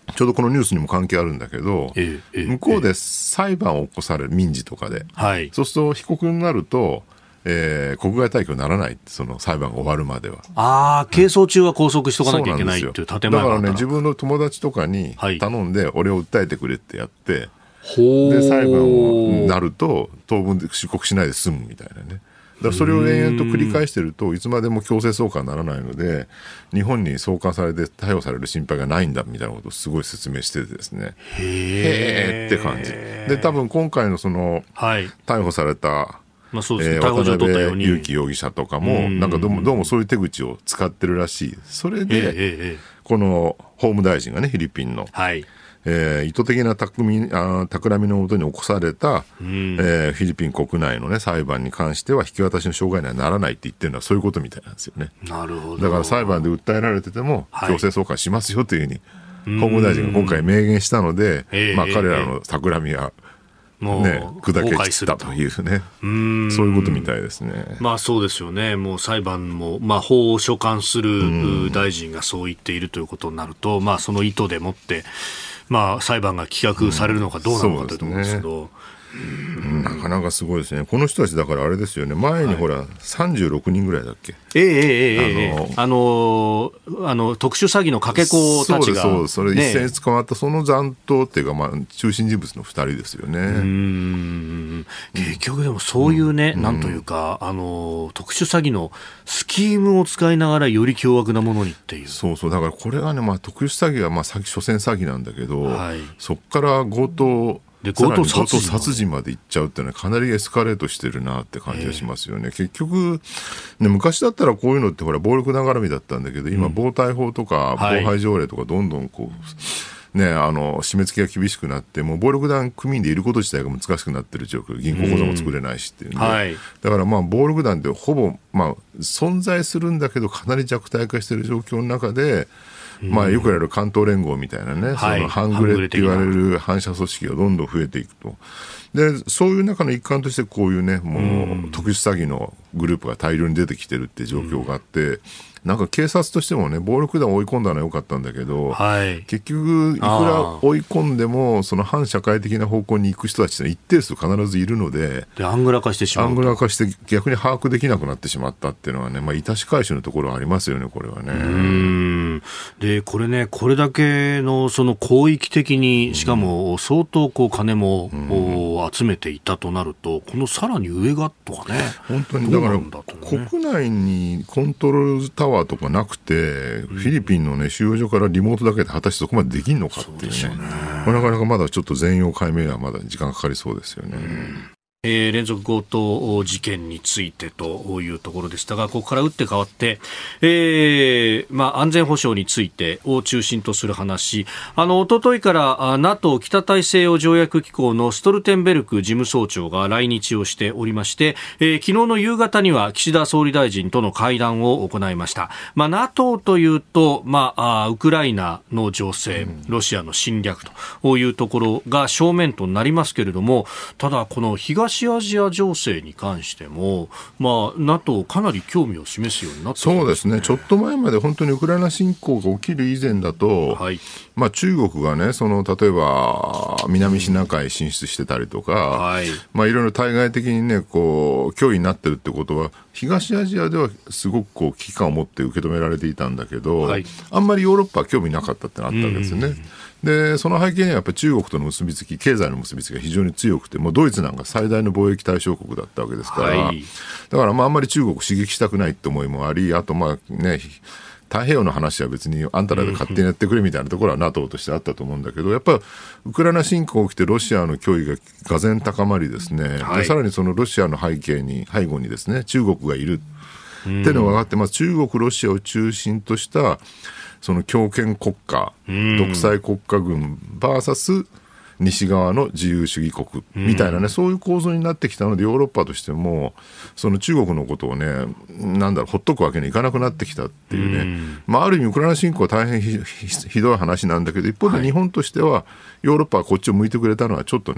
ちょうどこのニュースにも関係あるんだけど、 ええええ、 向こうで裁判を起こされる、民事とかで、 はい、 そうすると被告になると、えー、国外退去にならない、その裁判が終わるまでは。 ああ、係争中は拘束しとかなきゃいけないっていう建前があったら、 だからね、自分の友達とかに頼んで、俺を訴えてくれってやって、はい、で裁判になると当分で出国しないで済むみたいなね。だからそれを延々と繰り返しているといつまでも強制送還にならないので、日本に送還されて逮捕される心配がないんだみたいなことをすごい説明しててですね、へーって感じで、多分今回のその、はい、逮捕された、まあそうですね、えー、渡辺優樹容疑者とかもなんかどうも、どうもそういう手口を使ってるらしい。それでこの法務大臣がね、フィリピンの、はい、えー、意図的な企み、あ、企みのもとに起こされた、うん、えー、フィリピン国内の、ね、裁判に関しては引き渡しの障害にはならないって言ってるのはそういうことみたいなんですよね。なるほど。だから裁判で訴えられてても強制送還しますよというふうに法務大臣が今回明言したので、まあ、彼らの企みはもう、ね、砕け散ったというね、うーん、そういうことみたいですね。 まあそうですよね。もう裁判も、まあ、法を所管する大臣がそう言っているということになると、まあ、その意図でもって、まあ、裁判が棄却されるのかどうなのかというところですけど、 うん、なかなかすごいですね。この人たちだからあれですよね、前にほら、はい、さんじゅうろくにんぐらいだっけ、 ええええええ、あのあの特殊詐欺のかけ子たちが、 そうです、それ一斉に捕まった、ね、その残党っていうか、まあ、中心人物のふたりですよね。うーん、結局でもそういうね、うん、なんというか、あの特殊詐欺のスキームを使いながらより凶悪なものにっていう。 そうそう、だからこれがね、まあ、特殊詐欺はまあ所詮詐欺なんだけど、はい、そこから強盗で強盗殺人、殺人まで行っちゃうっていうのはかなりエスカレートしてるなって感じがしますよね。結局、ね、昔だったらこういうのってほら暴力ながらみだったんだけど、今暴対法とか暴排条例とかどんどんこう、ね、あの締め付けが厳しくなって、もう暴力団組員でいること自体が難しくなってる状況、銀行口座も作れないしっていうんで、はい、だからまあ暴力団ってほぼ、まあ、存在するんだけどかなり弱体化している状況の中で、まあ、よくやる関東連合みたいなね、はい、その半グレって言われる反社組織がどんどん増えていくと。で、そういう中の一環としてこういうね、もう特殊詐欺のグループが大量に出てきてるっていう状況があって、なんか警察としてもね、暴力団を追い込んだのは良かったんだけど、はい、結局いくら追い込んでもその反社会的な方向に行く人たちって一定数必ずいるので、 でアングラ化してしまうアングラ化して逆に把握できなくなってしまったっていうのはね、まあ、致し返しのところはありますよね、これはね。うーん、でこれね、これだけのその広域的に、しかも相当こう金も、うん、集めていたとなると、このさらに上がとかね、 本当にだから、ね、国内にコントロールタワーとかなくて、うん、フィリピンの、ね、収容所からリモートだけで果たしてそこまでできるのかっていうね、そうですよね。なかなかまだちょっと全容解明はまだ時間かかりそうですよね。うん、 えー、連続強盗事件についてというところでしたが、ここから打って変わって、えーまあ、安全保障についてを中心とする話、あの一昨日から NATO 北大西洋条約機構のストルテンベルク事務総長が来日をしておりまして、えー、昨日の夕方には岸田総理大臣との会談を行いました。まあ、NATO というと、まあ、ウクライナの情勢、ロシアの侵略というところが正面となりますけれども、ただこの東東アジア情勢に関しても、まあ、NATO かなり興味を示すようになってきてますね。 そうですね。ちょっと前まで本当にウクライナ侵攻が起きる以前だと、はい、まあ、中国がね、その例えば南シナ海進出してたりとか、はい、まあ、いろいろ対外的にね、こう脅威になってるってことは東アジアではすごくこう危機感を持って受け止められていたんだけど、はい、あんまりヨーロッパは興味なかったってのあったわけですよね。でその背景にはやっぱり中国との結びつき、経済の結びつきが非常に強くて、もうドイツなんか最大の貿易対象国だったわけですから、はい、だからまああんまり中国を刺激したくないって思いもあり、あとまあね、太平洋の話は別にあんたらで勝手にやってくれみたいなところは NATO としてあったと思うんだけど、やっぱりウクライナ侵攻が起きてロシアの脅威ががぜん高まりですね、はい、でさらにそのロシアの背景に背後にですね、中国がいるっていうのが分かって、まあ、中国ロシアを中心としたその強権国家、独裁国家軍 ブイエス 西側の自由主義国みたいなね、そういう構造になってきたので、ヨーロッパとしてもその中国のことをね、なんだろう、ほっとくわけにいかなくなってきたっていうね、まあ、ある意味ウクライナ侵攻は大変 ひ, ひ, ひどい話なんだけど、一方で日本としてはヨーロッパはこっちを向いてくれたのはちょっとね、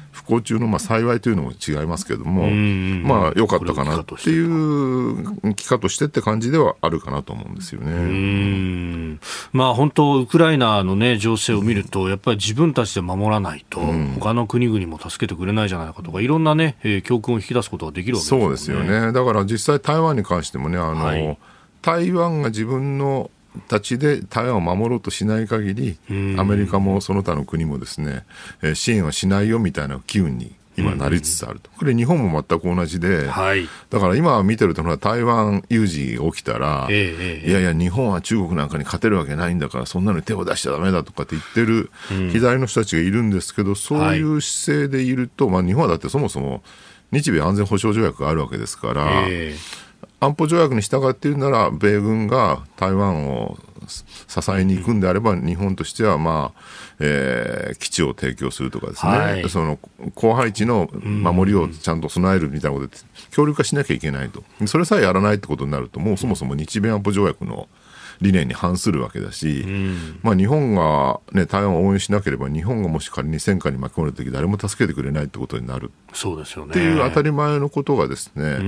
不幸中のまあ幸いというのも違いますけども、まあ良かったかなっていう期間としてって感じではあるかなと思うんですよね。 うーん、まあ本当ウクライナのね情勢を見るとやっぱり自分たちで守らないと、うん、他の国々も助けてくれないじゃないかとかいろんなね、えー、教訓を引き出すことができるわけですよね。 そうですよね。だから実際台湾に関してもね、あの、はい、台湾が自分のたちで台湾を守ろうとしない限り、アメリカもその他の国もですね、えー、支援はしないよみたいな機運に今なりつつあると。これ日本も全く同じで、はい、だから今見てると台湾有事が起きたら、えー、いやいや日本は中国なんかに勝てるわけないんだからそんなのに手を出しちゃダメだとかって言ってる左の人たちがいるんですけど、そういう姿勢でいると、はい、まあ、日本はだってそもそも日米安全保障条約があるわけですから、えー安保条約に従っているなら米軍が台湾を支えに行くんであれば、うん、日本としては、まあえー、基地を提供するとかですね、はい、その後配置の守りをちゃんと備えるみたいなことで協力化しなきゃいけないと。それさえやらないってことになるともうそもそも日米安保条約の理念に反するわけだし、うんまあ、日本が、ね、台湾を応援しなければ日本がもし仮に戦火に巻き込まれた時誰も助けてくれないってことになるそうですよねっていう当たり前のことがですね、うん、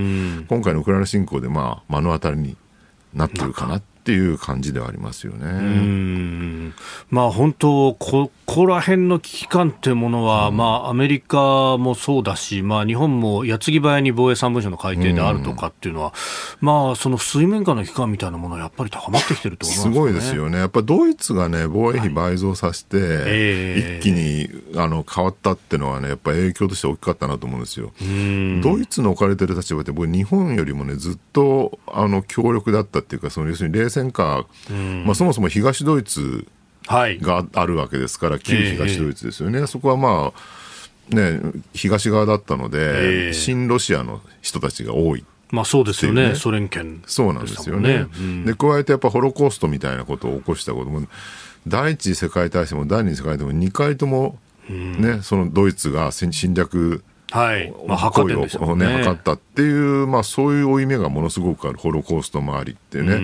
今回のウクライナ侵攻で、まあ、目の当たりになってるかなっていう感じではありますよね。 うんまあ、本当ここら辺の危機感っていうものは、うんまあ、アメリカもそうだし、まあ、日本も矢継ぎ早に防衛三文書の改定であるとかっていうのは、うんまあ、その水面下の危機感みたいなものはやっぱり高まってきてるってことなんですかね。 すごいですよね。やっぱりドイツが、ね、防衛費倍増させて、はいえー、一気にあの変わったっていうのは、ね、やっぱり影響として大きかったなと思うんですよ。うんドイツの置かれてる立場って僕日本よりも、ね、ずっとあの強力だったっていうか、その要するに冷戦下、うんまあ、そもそも東ドイツがあるわけですから、はい、旧東ドイツですよね、えー、そこはまあね東側だったので、えー、親ロシアの人たちが多い、 まあ、そうですよね、ソ連圏、 そうなんですよね、うん、で加えてやっぱホロコーストみたいなことを起こしたことも第一次世界大戦も第二次世界大戦もにかいとも、ねうん、そのドイツが侵略はいまあ、行為を、ねね、図ったっていう、まあ、そういう負い目がものすごくあるホロコーストもありってね、うん、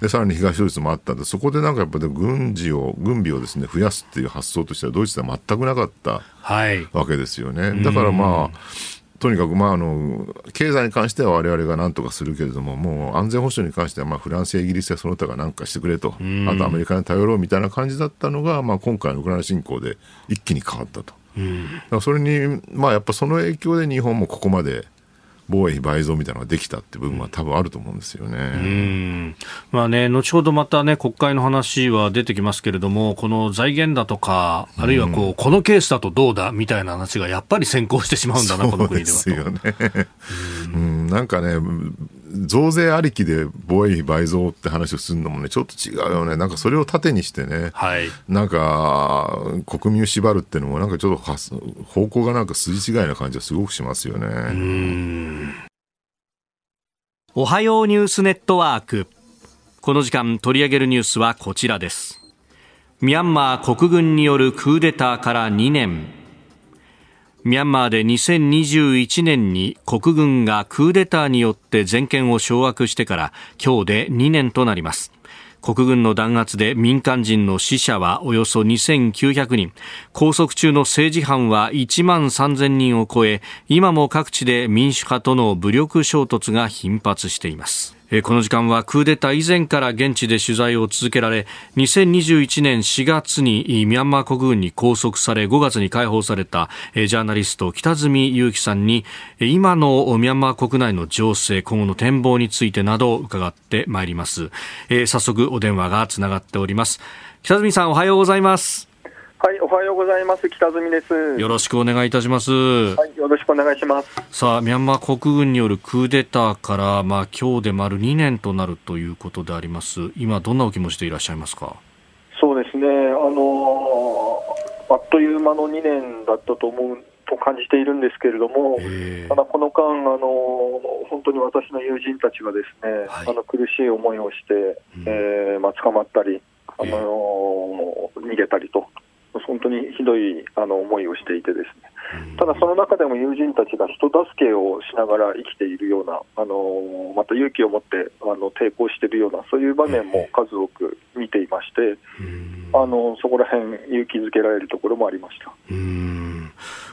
でさらに東ドイツもあったんで、そこでなんかやっぱり軍事を軍備をですね増やすっていう発想としてはドイツでは全くなかったわけですよね、はい、だからまあとにかく、まあ、あの経済に関しては我々が何とかするけれども、もう安全保障に関しては、まあ、フランスやイギリスやその他が何かしてくれと、あとアメリカに頼ろうみたいな感じだったのが、まあ、今回のウクライナ侵攻で一気に変わったと。うん、だからそれに、まあ、やっぱその影響で日本もここまで防衛費倍増みたいなのができたって部分は多分あると思うんですよね。うんまあね、後ほどまたね国会の話は出てきますけれども、この財源だとかあるいはこう、うん、このケースだとどうだみたいな話がやっぱり先行してしまうんだな、この国ではと。 そうですよね。うん、なんかね増税ありきで防衛費倍増って話をするのもねちょっと違うよね。なんかそれを盾にしてね、はい、なんか国民を縛るっていうのもなんかちょっと方向がなんか筋違いな感じがすごくしますよね。うんおはようニュースネットワーク、この時間取り上げるニュースはこちらです。ミャンマー国軍によるクーデターからにねん。ミャンマーでにせんにじゅういちねんに国軍がクーデターによって全権を掌握してから今日でにねんとなります。国軍の弾圧で民間人の死者はおよそにせんきゅうひゃくにん、拘束中の政治犯はいちまんさんぜんにんを超え、今も各地で民主派との武力衝突が頻発しています。この時間はクーデター以前から現地で取材を続けられ、にせんにじゅういちねんしがつにミャンマー国軍に拘束されごがつに解放されたジャーナリスト北住裕樹さんに今のミャンマー国内の情勢、今後の展望についてなどを伺ってまいります。えー、早速お電話がつながっております。北住さん、おはようございます。 はい、おはようございます。北住です。 よろしくお願いいたします。 はい、よろしくお願いします。 さあ、ミャンマー国軍によるクーデターから、まあ、今日で丸にねんとなるということであります。今どんなお気持ちでいらっしゃいますか？ そうですね、あのー、あっという間のにねんだったと思うと感じているんですけれども、ただこの間、あのー、本当に私の友人たちがですね、はい、あの苦しい思いをして、うんえーまあ、捕まったり、あのー、逃げたりと本当にひどいあの思いをしていてですね、ただその中でも友人たちが人助けをしながら生きているような、あのまた勇気を持ってあの抵抗しているようなそういう場面も数多く見ていまして、あのそこら辺勇気づけられるところもありました。 うーん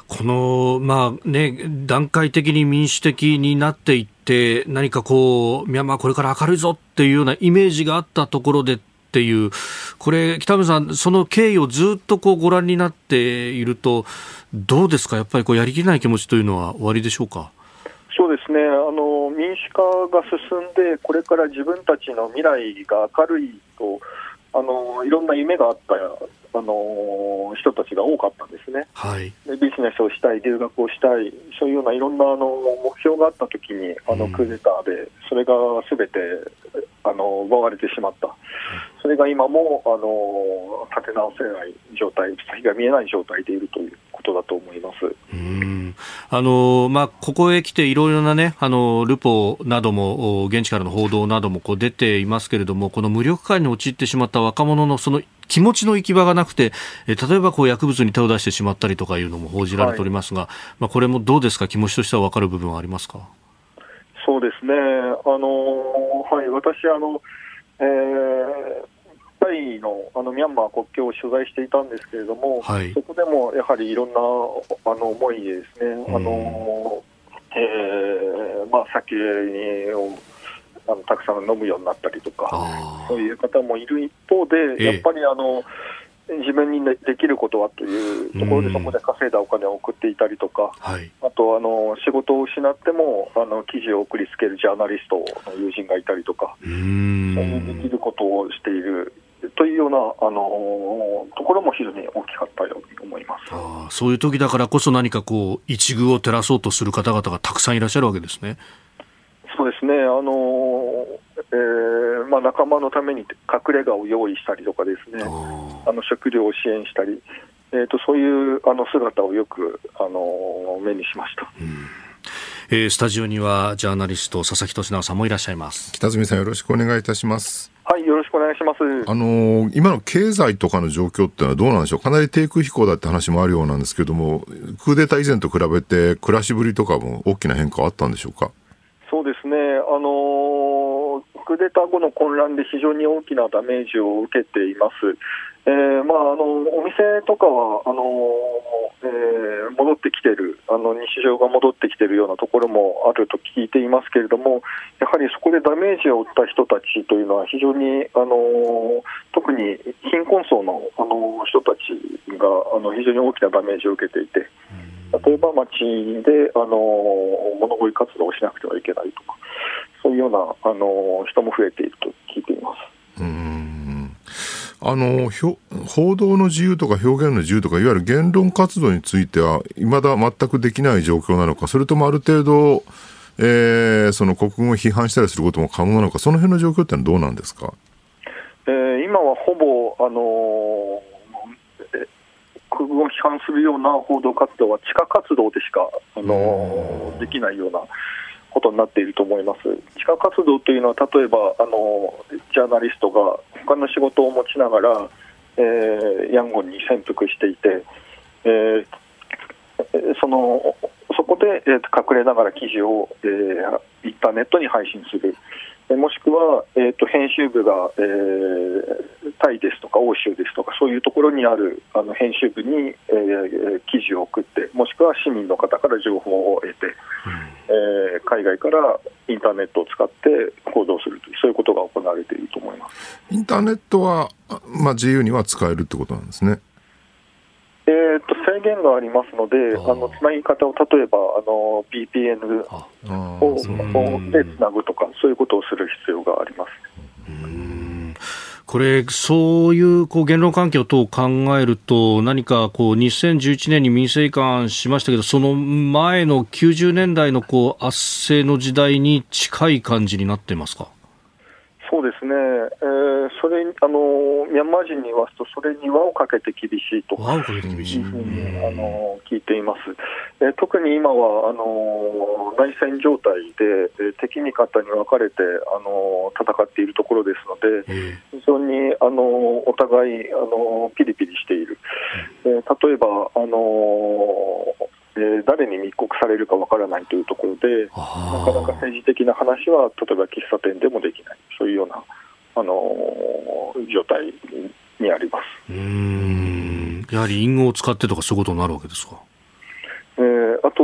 この、まあね、段階的に民主的になっていって何かこうミャンマーこれから明るいぞっていうようなイメージがあったところでっていう、これ北村さん、その経緯をずっとこうご覧になっているとどうですか、やっぱりこうやりきれない気持ちというのはおありでしょうか。 そうですね、あの民主化が進んでこれから自分たちの未来が明るいと、あのいろんな夢があったあの人たちが多かったんですね、 はい、 でビジネスをしたい、留学をしたい、そういうようないろんなあの目標があったときにあのクーデターでそれがすべてあの奪われてしまった、それが今もあの立て直せない状態、先が見えない状態でいるということだと思います。 うーんあのまあ、ここへ来ていろいろな、ね、あのルポなども現地からの報道などもこう出ていますけれども、この無力感に陥ってしまった若者のその気持ちの行き場がなくて、え例えばこう薬物に手を出してしまったりとかいうのも報じられておりますが、はい、まあ、これもどうですか、気持ちとしては分かる部分はありますか。 そうですね、あの、はい、私あの、えータイ の, あのミャンマー国境を取材していたんですけれども、はい、そこでもやはりいろんなあの思いでですね、あの、えーまあ、酒をあのたくさん飲むようになったりとか、そういう方もいる一方で、えー、やっぱりあの自分にできることはというところでそこで稼いだお金を送っていたりとか、はい、あとあの仕事を失ってもあの記事を送りつけるジャーナリストの友人がいたりとか、そういうできることをしているというようなあのところも非常に大きかったように思います。 あ、そういう時だからこそ何かこう一遇を照らそうとする方々がたくさんいらっしゃるわけですね。 そうですね、あの、えーまあ、仲間のために隠れ家を用意したりとかですね、あの食料を支援したり、えー、とそういうあの姿をよくあの目にしました。うん、 えー、スタジオにはジャーナリスト佐々木俊直さんもいらっしゃいます。 北住さん、よろしくお願いいたします。 はい、よろしくお願いします。 あのー、今の経済とかの状況ってのはどうなんでしょう。かなり低空飛行だって話もあるようなんですけども、クーデター以前と比べて暮らしぶりとかも大きな変化はあったんでしょうか。 そうですね、あのー、クーデター後の混乱で非常に大きなダメージを受けています。えーまあ、あのお店とかはあの、えー、戻ってきている、あの日常が戻ってきているようなところもあると聞いていますけれども、やはりそこでダメージを負った人たちというのは非常にあの特に貧困層の、あの人たちがあの非常に大きなダメージを受けていて、例えば街であの物乞い活動をしなくてはいけないとか、そういうようなあの人も増えていると聞いています。 うーんあの報道の自由とか表現の自由とかいわゆる言論活動については未だ全くできない状況なのか、それともある程度、えー、その国軍を批判したりすることも可能なのか、その辺の状況ってのはどうなんですか。 えー、今はほぼあのー、国軍を批判するような報道活動は地下活動でしか、あのー、できないようなことになっていると思います。地下活動というのは例えばあのジャーナリストが他の仕事を持ちながら、えー、ヤンゴンに潜伏していて、えー、そのそこで、えー、隠れながら記事を、えー、インターネットに配信する、もしくは、えー、と編集部が、えー、タイですとか欧州ですとかそういうところにあるあの編集部に、えー、記事を送って、もしくは市民の方から情報を得て、えー、海外からインターネットを使って報道するという、そういうことが行われていると思います。 インターネットは、まあ、自由には使えるってことなんですね。 えー、と制限がありますので、あのつなぎ方を例えばあの ビーピーエヌ をでつなぐとか、そういうことをする必要があります。 うーんこれそういうこう言論環境等を考えると、何かこうにせんじゅういちねんに民政移管しましたけど、その前のきゅうじゅうねんだいのこう圧政の時代に近い感じになってますか。 そうですね、えー、それあのミャンマー人に言わすとそれに輪をかけて厳しいというふうにあの聞いています。えー、特に今はあの内戦状態で、えー、敵味方に分かれてあの戦っているところですので、非常にあのお互いあのピリピリしている。えー、例えばあのえー、誰に密告されるかわからないというところで、なかなか政治的な話は例えば喫茶店でもできない、そういうような、あのー、状態にあります。 うーんやはり隠語を使ってとかそういうことになるわけですか。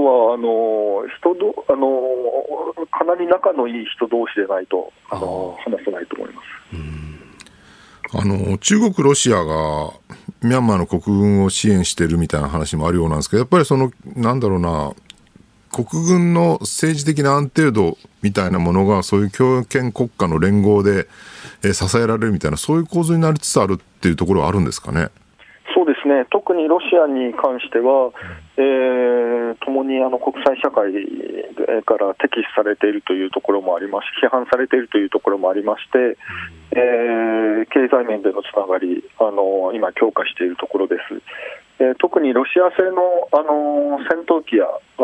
とはあの人どあのかなり仲のいい人同士でないとあの話せないと思います。 あの中国、ロシアがミャンマーの国軍を支援しているみたいな話もあるようなんですけど、やっぱりそのなんだろうな、国軍の政治的な安定度みたいなものがそういう強権国家の連合で、えー、支えられるみたいな、そういう構図になりつつあるっていうところはあるんですかね。 そうですね、特にロシアに関しては、えー、共にあの国際社会から敵視されているというところもありますし、批判されているというところもありまして、えー、経済面でのつながり、あの今、強化しているところです。えー、特にロシア製の、あの戦闘機や、あ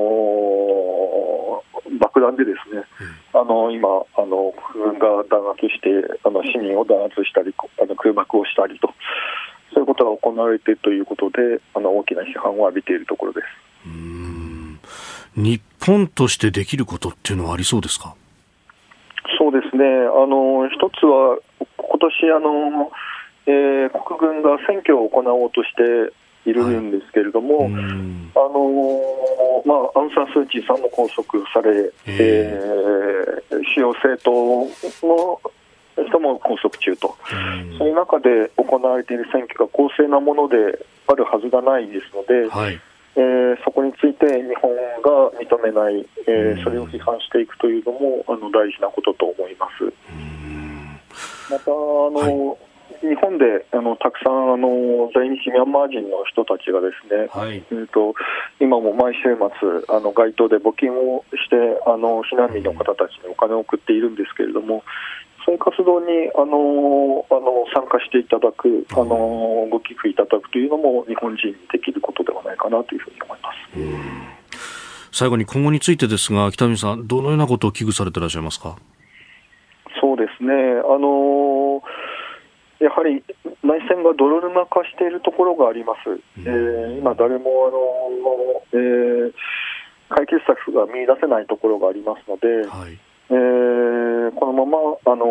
の爆弾でですね、あの今あの、国軍が弾圧してあの市民を弾圧したり、あの空爆をしたりと、そういうことが行われているということで、あの大きな批判を浴びているところです。 うーん、日本としてできることっていうのはありそうですか。 そうですね、あの一つは今年あの、えー、国軍が選挙を行おうとしているんですけれども、はい、あのまあ、アウン・サン・スー・チーさんも拘束され、えー、主要政党の人も拘束中と、そういう中で行われている選挙が公正なものであるはずがないですので、はい、えー、そこについて日本が認めない、えー、それを批判していくというのもあの大事なことと思います。またあの、はい、日本であのたくさんあの在日ミャンマー人の人たちがですね、はい、えー、と今も毎週末あの街頭で募金をしてあの避難民の方たちにお金を送っているんですけれども、そういう活動にあのあの参加していただく、あのご寄付いただくというのも日本人にできることではないかなというふうに思います。 うん、最後に今後についてですが、北見さん、どのようなことを危惧されていらっしゃいますか。 そうですね、あのやはり内戦が泥沼化しているところがあります。うん、えー、今誰もあの、えー、解決策が見出せないところがありますので、はい、えー、このまま、あの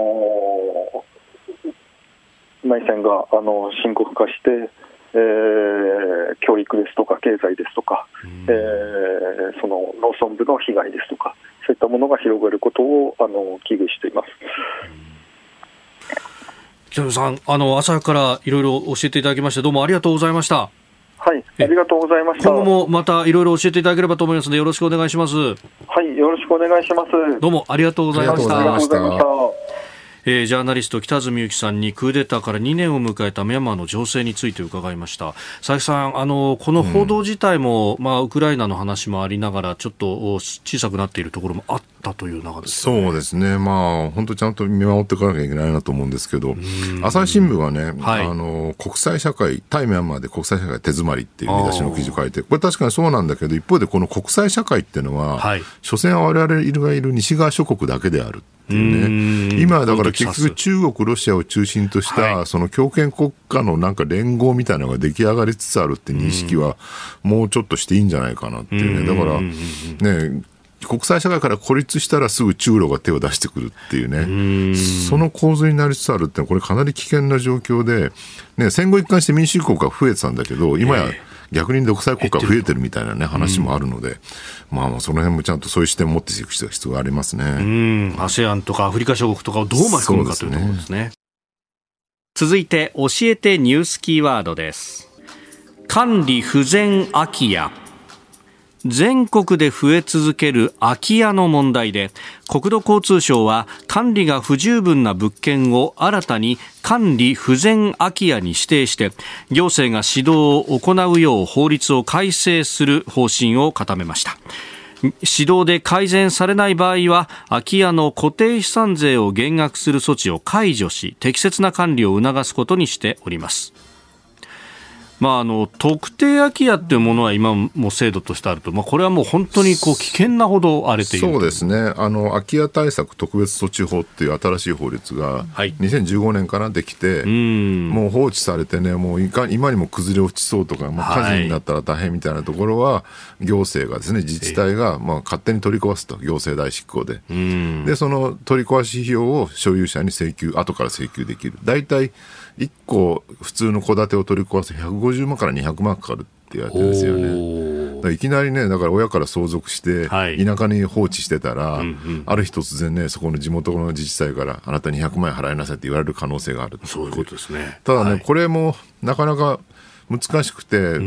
ー、内戦が、あのー、深刻化して、えー、教育ですとか経済ですとか、えー、その農村部の被害ですとか、そういったものが広がることを、あのー、危惧しています。 北見さん、あの朝からいろいろ教えていただきまして、どうもありがとうございました。 はい、ありがとうございました。 今後もまたいろいろ教えていただければと思いますので、よろしくお願いします。 はい、よろしくお願いします。 どうもありがとうございました。 ありがとうございました。 えー、ジャーナリスト北住由紀さんにクーデターからにねんを迎えたミャンマーの情勢について伺いました。佐々木さん、あのこの報道自体も、うん、まあ、ウクライナの話もありながらちょっと小さくなっているところもあったという中ですね。 そうですね、まあ、本当ちゃんと見守っていかなきゃいけないなと思うんですけど、朝日新聞はね、はい、あの国際社会対ミャンマーで国際社会手詰まりっていう見出しの記事を書いて、これ確かにそうなんだけど、一方でこの国際社会っていうのは、はい、所詮は我々がいる西側諸国だけであるっていうね。今だから結局中国ロシアを中心とした、はい、その強権国家のなんか連合みたいなのが出来上がりつつあるって認識はもうちょっとしていいんじゃないかなっていうね。だからね、国際社会から孤立したらすぐ中ロが手を出してくるっていうね、その構図になりつつあるってのはこれかなり危険な状況で、ね、戦後一貫して民主主義国が増えてたんだけど、今や逆に独裁国家が増えてるみたいな、ね、話もあるので、まあ、まあその辺もちゃんとそういう視点を持っていく必要がありますね。 うん、アセアン とかアフリカ諸国とかをどう巻き込むかというところですね。続いて教えてニュースキーワードです。管理不全空き家。全国で増え続ける空き家の問題で、国土交通省は管理が不十分な物件を新たに管理不全空き家に指定して、行政が指導を行うよう法律を改正する方針を固めました。指導で改善されない場合は、空き家の固定資産税を減額する措置を解除し、適切な管理を促すことにしております。まあ、あの特定空き家というものは今も制度としてあると、まあ、これはもう本当にこう危険なほど荒れている。 そうですね、あの空き家対策特別措置法っていう新しい法律がにせんじゅうごねんからできて、はい、もう放置されてね、もういか今にも崩れ落ちそうとか、まあ、火事になったら大変みたいなところは、行政がですね、自治体がまあ勝手に取り壊すと、行政代執行で、でその取り壊し費用を所有者に請求、後から請求できる。だいたいいっこ普通の戸建てを取り壊すひゃくごじゅうまんからにひゃくまんかかるって言われてるんですよね。 だからいきなりね、だから親から相続して、 はい、 田舎に放置してたら、 うんうん、 ある日突然ね、そこの地元の自治体から、あなたにひゃくまんえん払いなさいって言われる可能性がある。 そういうことですね。 ただね、 はい、 これもなかなか難しくて、うん、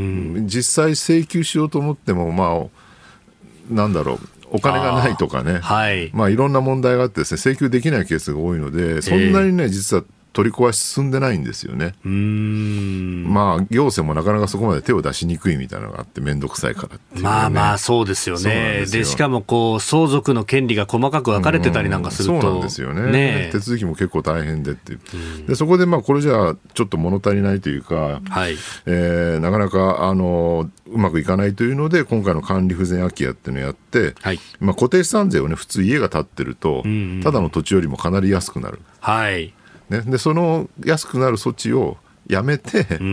実際請求しようと思っても、まあ、なんだろう、お金がないとかね、 はい、 まあ、いろんな問題があってですね、請求できないケースが多いので、そんなにね、実は取り壊し進んでないんですよね。 うーん、 まあ、行政もなかなかそこまで手を出しにくいみたいなのがあって、面倒くさいからっていう、ね、 まあまあ、そうですよね。で, でしかもこう相続の権利が細かく分かれてたりなんかすると、 うん、そうなんですよ ね, ね手続きも結構大変でっていう、でそこでまあこれじゃあちょっと物足りないというか、 はい、えー、なかなかあのうまくいかないというので、今回の管理不全空き家っていうのをやって、はい、まあ、固定資産税をね、普通家が建ってると、うんうん、ただの土地よりもかなり安くなる。 はいね、でその安くなる措置をやめて、うん、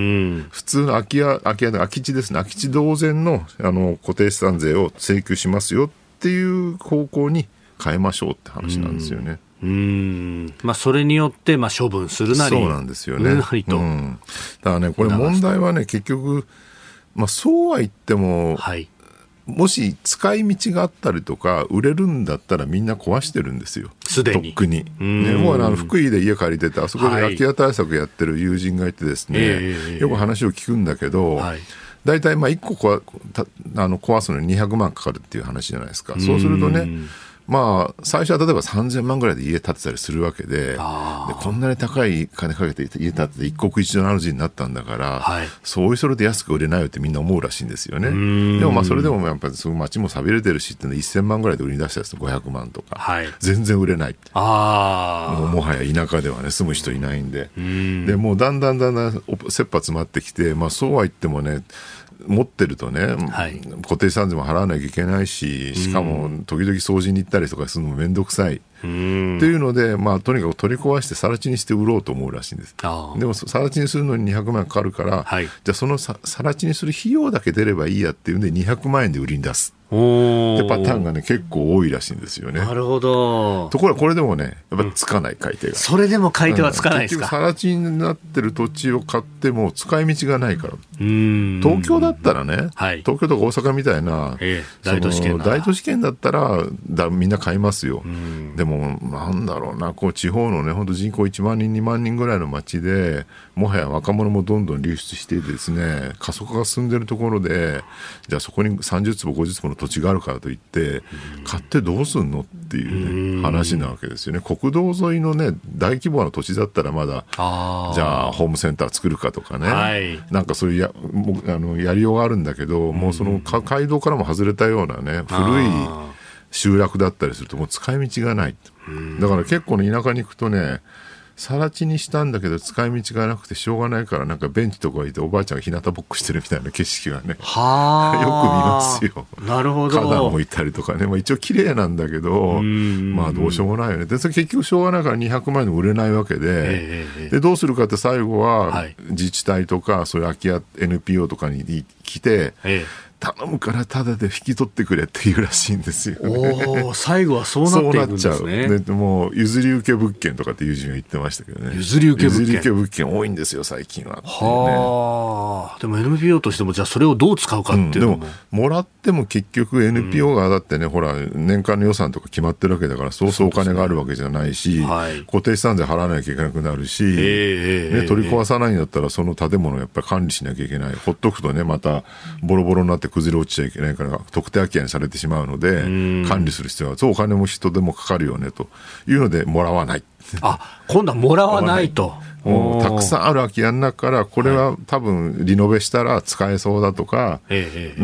普通の空き家、空き家の空き地ですね、空き地同然 の, あの固定資産税を請求しますよっていう方向に変えましょうって話なんですよね。 うん、うーん、まあ、それによって、まあ、処分するなり、 そうなんですよね。 なりと、 うん、だからね、これ問題はね、結局、まあ、そうは言っても、はい、もし使い道があったりとか売れるんだったらみんな壊してるんですよ、 すでに。 とっくに、ね、もうあの福井で家借りてて、あそこで空き家対策やってる友人がいてですね、はい、よく話を聞くんだけど、はい、大体まあいっここたあの壊すのににひゃくまんかかるっていう話じゃないですか。そうするとね、まあ、最初は例えばさんぜんまんぐらいで家建てたりするわけ で, でこんなに高い金かけて家建てて一国一の主になったんだから、はい、そういうそれで安く売れないよってみんな思うらしいんですよね。でもまあそれでもやっぱり街も寂れてるしっていっせんまんぐらいで売り出したやつとごひゃくまんとか、はい、全然売れない。あもうもはや田舎ではね住む人いないんで、んでもうだんだんだんだん切羽詰まってきて、まあ、そうは言ってもね持ってるとね、はい、固定資産税も払わなきゃいけないし、しかも時々掃除に行ったりとかするのもめんどくさいっていうので、まあ、とにかく取り壊して更地にして売ろうと思うらしいんです。でも更地にするのににひゃくまんかかるから、はい、じゃあその更地にする費用だけ出ればいいやっていうんでにひゃくまんえんで売りに出すってパターンがね結構多いらしいんですよね。 なるほど。 ところがこれでもねやっぱつかない、買い手が。 それでも買い手はつかないですか。 結局更地になってる土地を買っても使い道がないから。うーん、東京だったらね、はい、東京とか大阪みたいな、ええ、大都市圏だ大都市圏だったらだみんな買いますよ。でもなんだろうな、こう地方のね本当人口いちまんにんにまんにんぐらいの町でもはや若者もどんどん流出してですね、過疎化が進んでるところで、じゃあそこにさんじゅっつぼごじゅっつぼの土地があるからといって買ってどうすんのっていう、ね、話なわけですよね。国道沿いのね大規模な土地だったらまだあじゃあホームセンター作るかとかね、はい、なんかそういう や, あのやりようがあるんだけど、もうその街道からも外れたようなね古い集落だったりするともう使い道がない。だから結構ね田舎に行くとね更地にしたんだけど使い道がなくてしょうがないから、なんかベンチとかいておばあちゃんが日向ぼっこしてるみたいな景色がねはよく見ますよ。 なるほど。 花壇もいたりとかね、まあ、一応綺麗なんだけどまあどうしようもないよね。でそれ結局しょうがないからにひゃくまんえんで売れないわけで、えー、でどうするかって最後は自治体とかそういう空き家 エヌピーオー とかに来て、えー頼むからタダで引き取ってくれっていうらしいんですよね。 お最後はそうなっていくんですね。 そうなっちゃう。でもう譲り受け物件とかって友人が言ってましたけどね。 譲り受け物件。 譲り受け物件多いんですよ最近はっていうね。 はあ。でも エヌピーオー としてもじゃあそれをどう使うかっていうのも、うん、でももらっても結局 エヌピーオー がだってね、うん、ほら年間の予算とか決まってるわけだからそうそうお金があるわけじゃないし、ねはい、固定資産税払わなきゃいけなくなるし、えーね、取り壊さないんだったらその建物をやっぱり管理しなきゃいけない。ほっとくとねまたボロボロになって崩れ落ちちゃいけないから特定空き家にされてしまうので管理する必要はそうお金も人でもかかるよねというのでもらわない。 あ今度はもらわないと。 もうたくさんある空き家の中からこれは多分リノベしたら使えそうだとか、はい、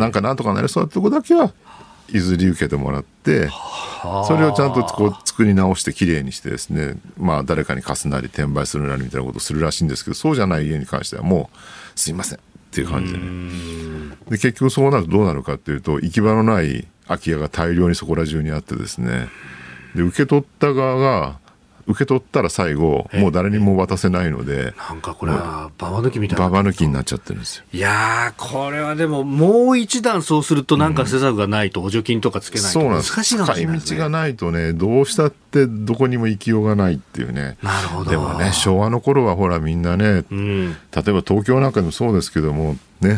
なんかなんとかなりそうなとこだけは譲り受けてもらってそれをちゃんとこう作り直してきれいにしてですね、まあ誰かに貸すなり転売するなりみたいなことをするらしいんですけど、そうじゃない家に関してはもうすいませんっていう感じでね。で結局そうなるとどうなるかっていうと行き場のない空き家が大量にそこら中にあってですね、で受け取った側が受け取ったら最後もう誰にも渡せないのでなんかこれはババ抜きみたいなババ抜きになっちゃってるんですよ。 いやーこれはでももう一段そうするとなんか施策がないと補助金とかつけないと難しいかもしれないですね。 使い道がないとねどうしたってどこにも行きようがないっていうね。 なるほど。 でもね昭和の頃はほらみんなね、うん、例えば東京なんかでもそうですけどもね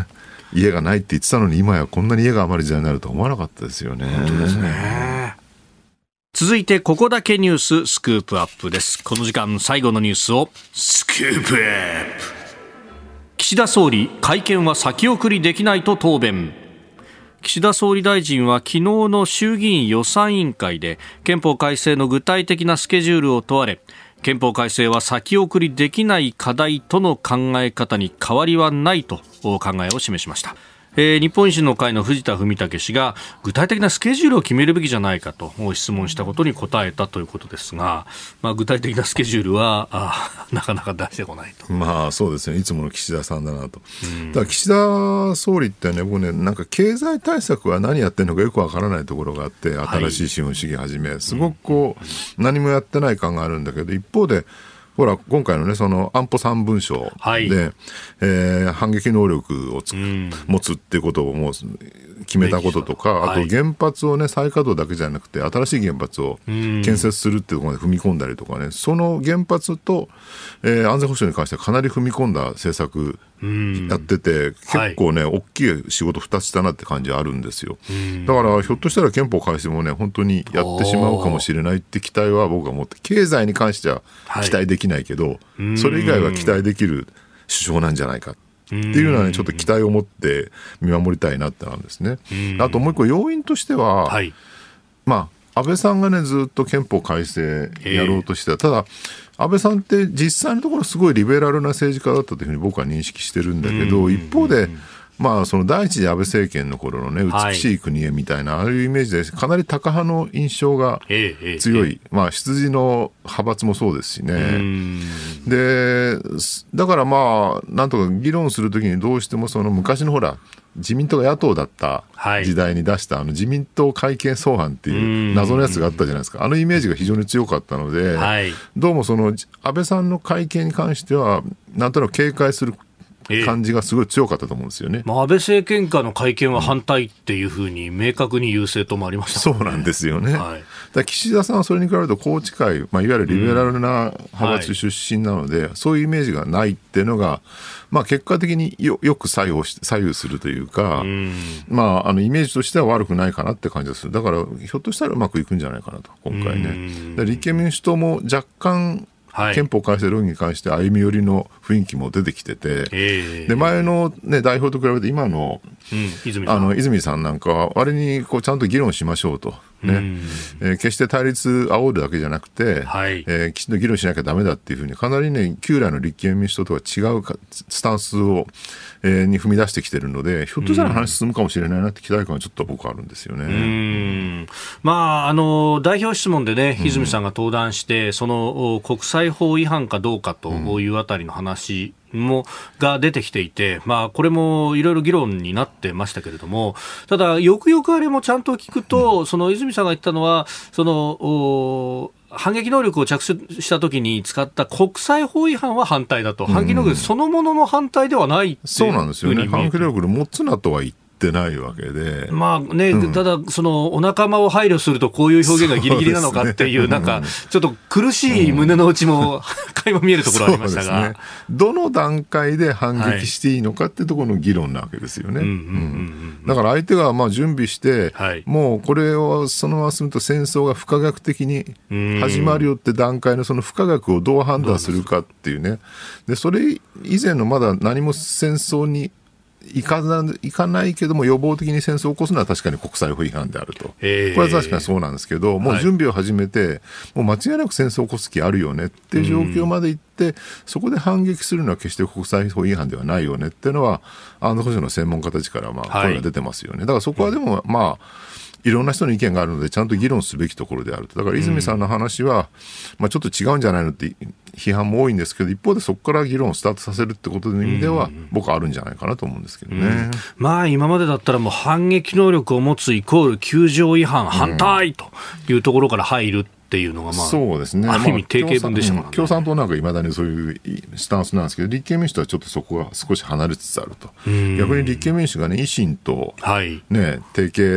家がないって言ってたのに、今やこんなに家が余る時代になるとは思わなかったですよね。 本当ですね。続いてここだけニューススクープアップです。この時間最後のニュースをスクープアップ。岸田総理、会見は先送りできないと答弁。岸田総理大臣は昨日の衆議院予算委員会で憲法改正の具体的なスケジュールを問われ、憲法改正は先送りできない課題との考え方に変わりはないと考えを示しました。えー、日本維新の会の藤田文武氏が具体的なスケジュールを決めるべきじゃないかと質問したことに答えたということですが、まあ、具体的なスケジュールはあなかなか出してこないと。 まあそうですね、いつもの岸田さんだなと。だから岸田総理ってね、僕ね、なんか経済対策は何やってるのかよくわからないところがあって、新しい資本主義はじめ、すごくこう何もやってない感があるんだけど、一方でほら今回のね、その安保三文書で、はい、えー、反撃能力をつ、うん、持つっていうことをもう決めたこととか、あと原発をね、再稼働だけじゃなくて新しい原発を建設するっていうところまで踏み込んだりとかね、その原発と、えー、安全保障に関してはかなり踏み込んだ政策やってて、結構ね、はい、大きい仕事ふたつしたなって感じはあるんですよ。だからひょっとしたら憲法改正もね、本当にやってしまうかもしれないって期待は僕は持って、経済に関しては期待できないけど、はい、それ以外は期待できる首相なんじゃないかっていうのはね、ちょっと期待を持って見守りたいなってなんですね。あともう一個要因としては、はい、まあ安倍さんがね、ずっと憲法改正やろうとしてた、ただ安倍さんって実際のところすごいリベラルな政治家だったというふうに僕は認識してるんだけど、一方でまあ、その第一次安倍政権の頃のね、美しい国へみたいな、はい、ああいうイメージでかなりタカ派の印象が強い、まあ、出自の派閥もそうですしね。でだからまあなんとか議論するときにどうしてもその昔のほら自民党が野党だった時代に出した、はい、あの自民党改憲草案っていう謎のやつがあったじゃないですか。あのイメージが非常に強かったので、はい、どうもその安倍さんの改憲に関してはなんとなく警戒する感じがすごい強かったと思うんですよね。 まあ、安倍政権下の改憲は反対っていうふうに明確に言う政党もありました、 ね、そうなんですよね、はい、だ岸田さんはそれに比べると宏池会、まあ、いわゆるリベラルな派閥出身なので、うんはい、そういうイメージがないっていうのが、まあ、結果的に よ, よく左右し左右するというか、うんまあ、あのイメージとしては悪くないかなって感じがする。だからひょっとしたらうまくいくんじゃないかなと今回ね、うん立憲民主党も若干はい、憲法改正論議に関して歩み寄りの雰囲気も出てきてて、えー、で前の、ね、代表と比べて今の、うん、泉さんあの泉さんなんかは割にこうちゃんと議論しましょうと、ねうんえー、決して対立煽るだけじゃなくて、はいえー、きちんと議論しなきゃダメだっていうふうにかなりね旧来の立憲民主党とは違うかスタンスを、えー、に踏み出してきてるので、ひょっとしたら話進むかもしれないなって期待感はちょっと僕はあるんですよね。 うんまあ、あの代表質問でね泉さんが登壇して、うん、その国際法違反かどうかというあたりの話もが出てきていて、まあ、これもいろいろ議論になってましたけれども、ただよくよくあれもちゃんと聞くと、うん、その泉さんが言ったのはその反撃能力を着手したときに使った国際法違反は反対だと、反撃能力そのものの反対ではないっていうふうに、 そうなんですよね。反撃能力で持つなとは言ってってないわけで、 まあねうん、ただそのお仲間を配慮するとこういう表現がギリギリなのかっていう、なんかちょっと苦しい胸の内も垣間見えるところありましたが、 ね、どの段階で反撃していいのかっていうところの議論なわけですよね。だから相手がまあ準備して、はい、もうこれをそのまま進むと戦争が不可逆的に始まるよって段階のその不可逆をどう判断するかっていうね。でそれ以前のまだ何も戦争にいかな、いかないけども予防的に戦争を起こすのは確かに国際法違反であると、えー、これは確かにそうなんですけど、もう準備を始めて、はい、もう間違いなく戦争を起こす気あるよねっていう状況までいって、うん、そこで反撃するのは決して国際法違反ではないよねっていうのは安全保障の専門家たちからまあ声が出てますよね、はい、だからそこはでもまあいろんな人の意見があるのでちゃんと議論すべきところであると。だから泉さんの話は、うんまあ、ちょっと違うんじゃないのって批判も多いんですけど、一方でそこから議論をスタートさせるってことの意味では、うん、僕はあるんじゃないかなと思うんですけどね、うん、 まあ今までだったらもう反撃能力を持つイコール救助違反反対というところから入るっていうのがまあ、 そうですね、 ある意味定型文でしたもんね。 共産党なんかいまだにそういうスタンスなんですけど、立憲民主党はちょっとそこが少し離れつつあると。逆に立憲民主がね維新と、はいね、提携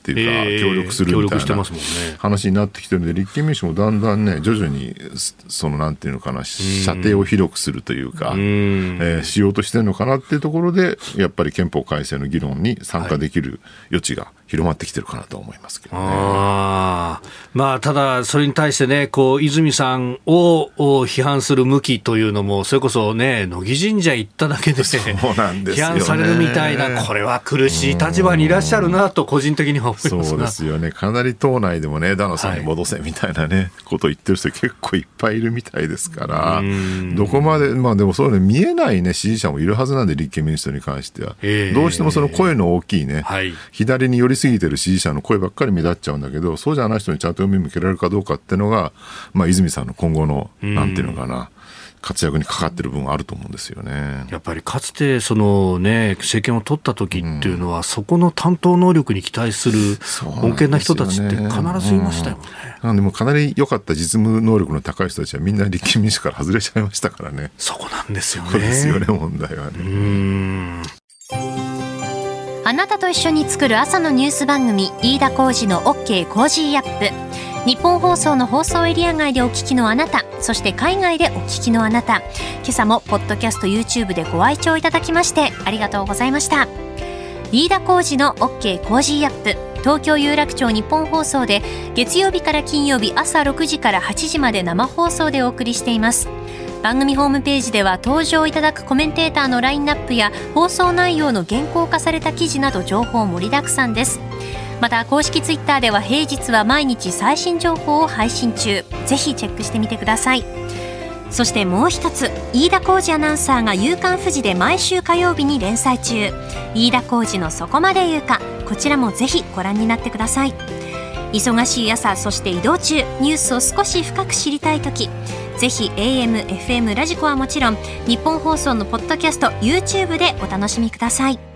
っていうか、えー、協力するみたいな話になってきてるので、立憲民主もだんだんね徐々にそのなんていうのかな、射程を広くするというか、うえー、しようとしてるのかなっていうところで、やっぱり憲法改正の議論に参加できる余地が広まってきてるかなと思いますけどね。 あ、まあ、ただそれに対してね、こう泉さんを批判する向きというのも、それこそね、乃木神社行っただけで批判されるみたいな、これは苦しい立場にいらっしゃるなと個人的には思いますが。 そうですよね。かなり党内でもね、枝野さんに戻せみたいなね、はい、ことを言ってる人結構いっぱいいるみたいですから、どこまで、まあでもそういうの見えないね支持者もいるはずなんで、立憲民主党に関しては、えー、どうしてもその声の大きいね、はい、左に寄りすぎてる支持者の声ばっかり目立っちゃうんだけど、そうじゃない人にちゃんと読み向けられるかどうかっていうのが、まあ、泉さんの今後のなんていうのかな、活躍にかかってる部分はあると思うんですよね。 やっぱりかつてその、ね、政権を取った時っていうのは、うん、そこの担当能力に期待する穏健な人たちって必ずいましたよね。 うん、でもかなり良かった実務能力の高い人たちはみんな立憲民主から外れちゃいましたからね。 そこなんですよね。 そうですよね、問題はね。うーん、 あなたと一緒に作る朝のニュース番組、飯田浩司の OK コージーアップ。日本放送の放送エリア外でお聞きのあなた、そして海外でお聞きのあなた、今朝もポッドキャスト YouTube でご愛聴いただきましてありがとうございました。飯田浩司の OK コージーアップ、東京有楽町日本放送で月曜日から金曜日朝ろくじからはちじまで生放送でお送りしています。番組ホームページでは登場いただくコメンテーターのラインナップや放送内容の原稿化された記事など情報盛りだくさんです。また公式ツイッターでは平日は毎日最新情報を配信中、ぜひチェックしてみてください。そしてもう一つ、飯田浩司アナウンサーが夕刊フジで毎週火曜日に連載中、飯田浩司のそこまで言うか、こちらもぜひご覧になってください。忙しい朝、そして移動中、ニュースを少し深く知りたいとき、ぜひ エーエム、エフエム、ラジコはもちろん日本放送のポッドキャスト YouTube でお楽しみください。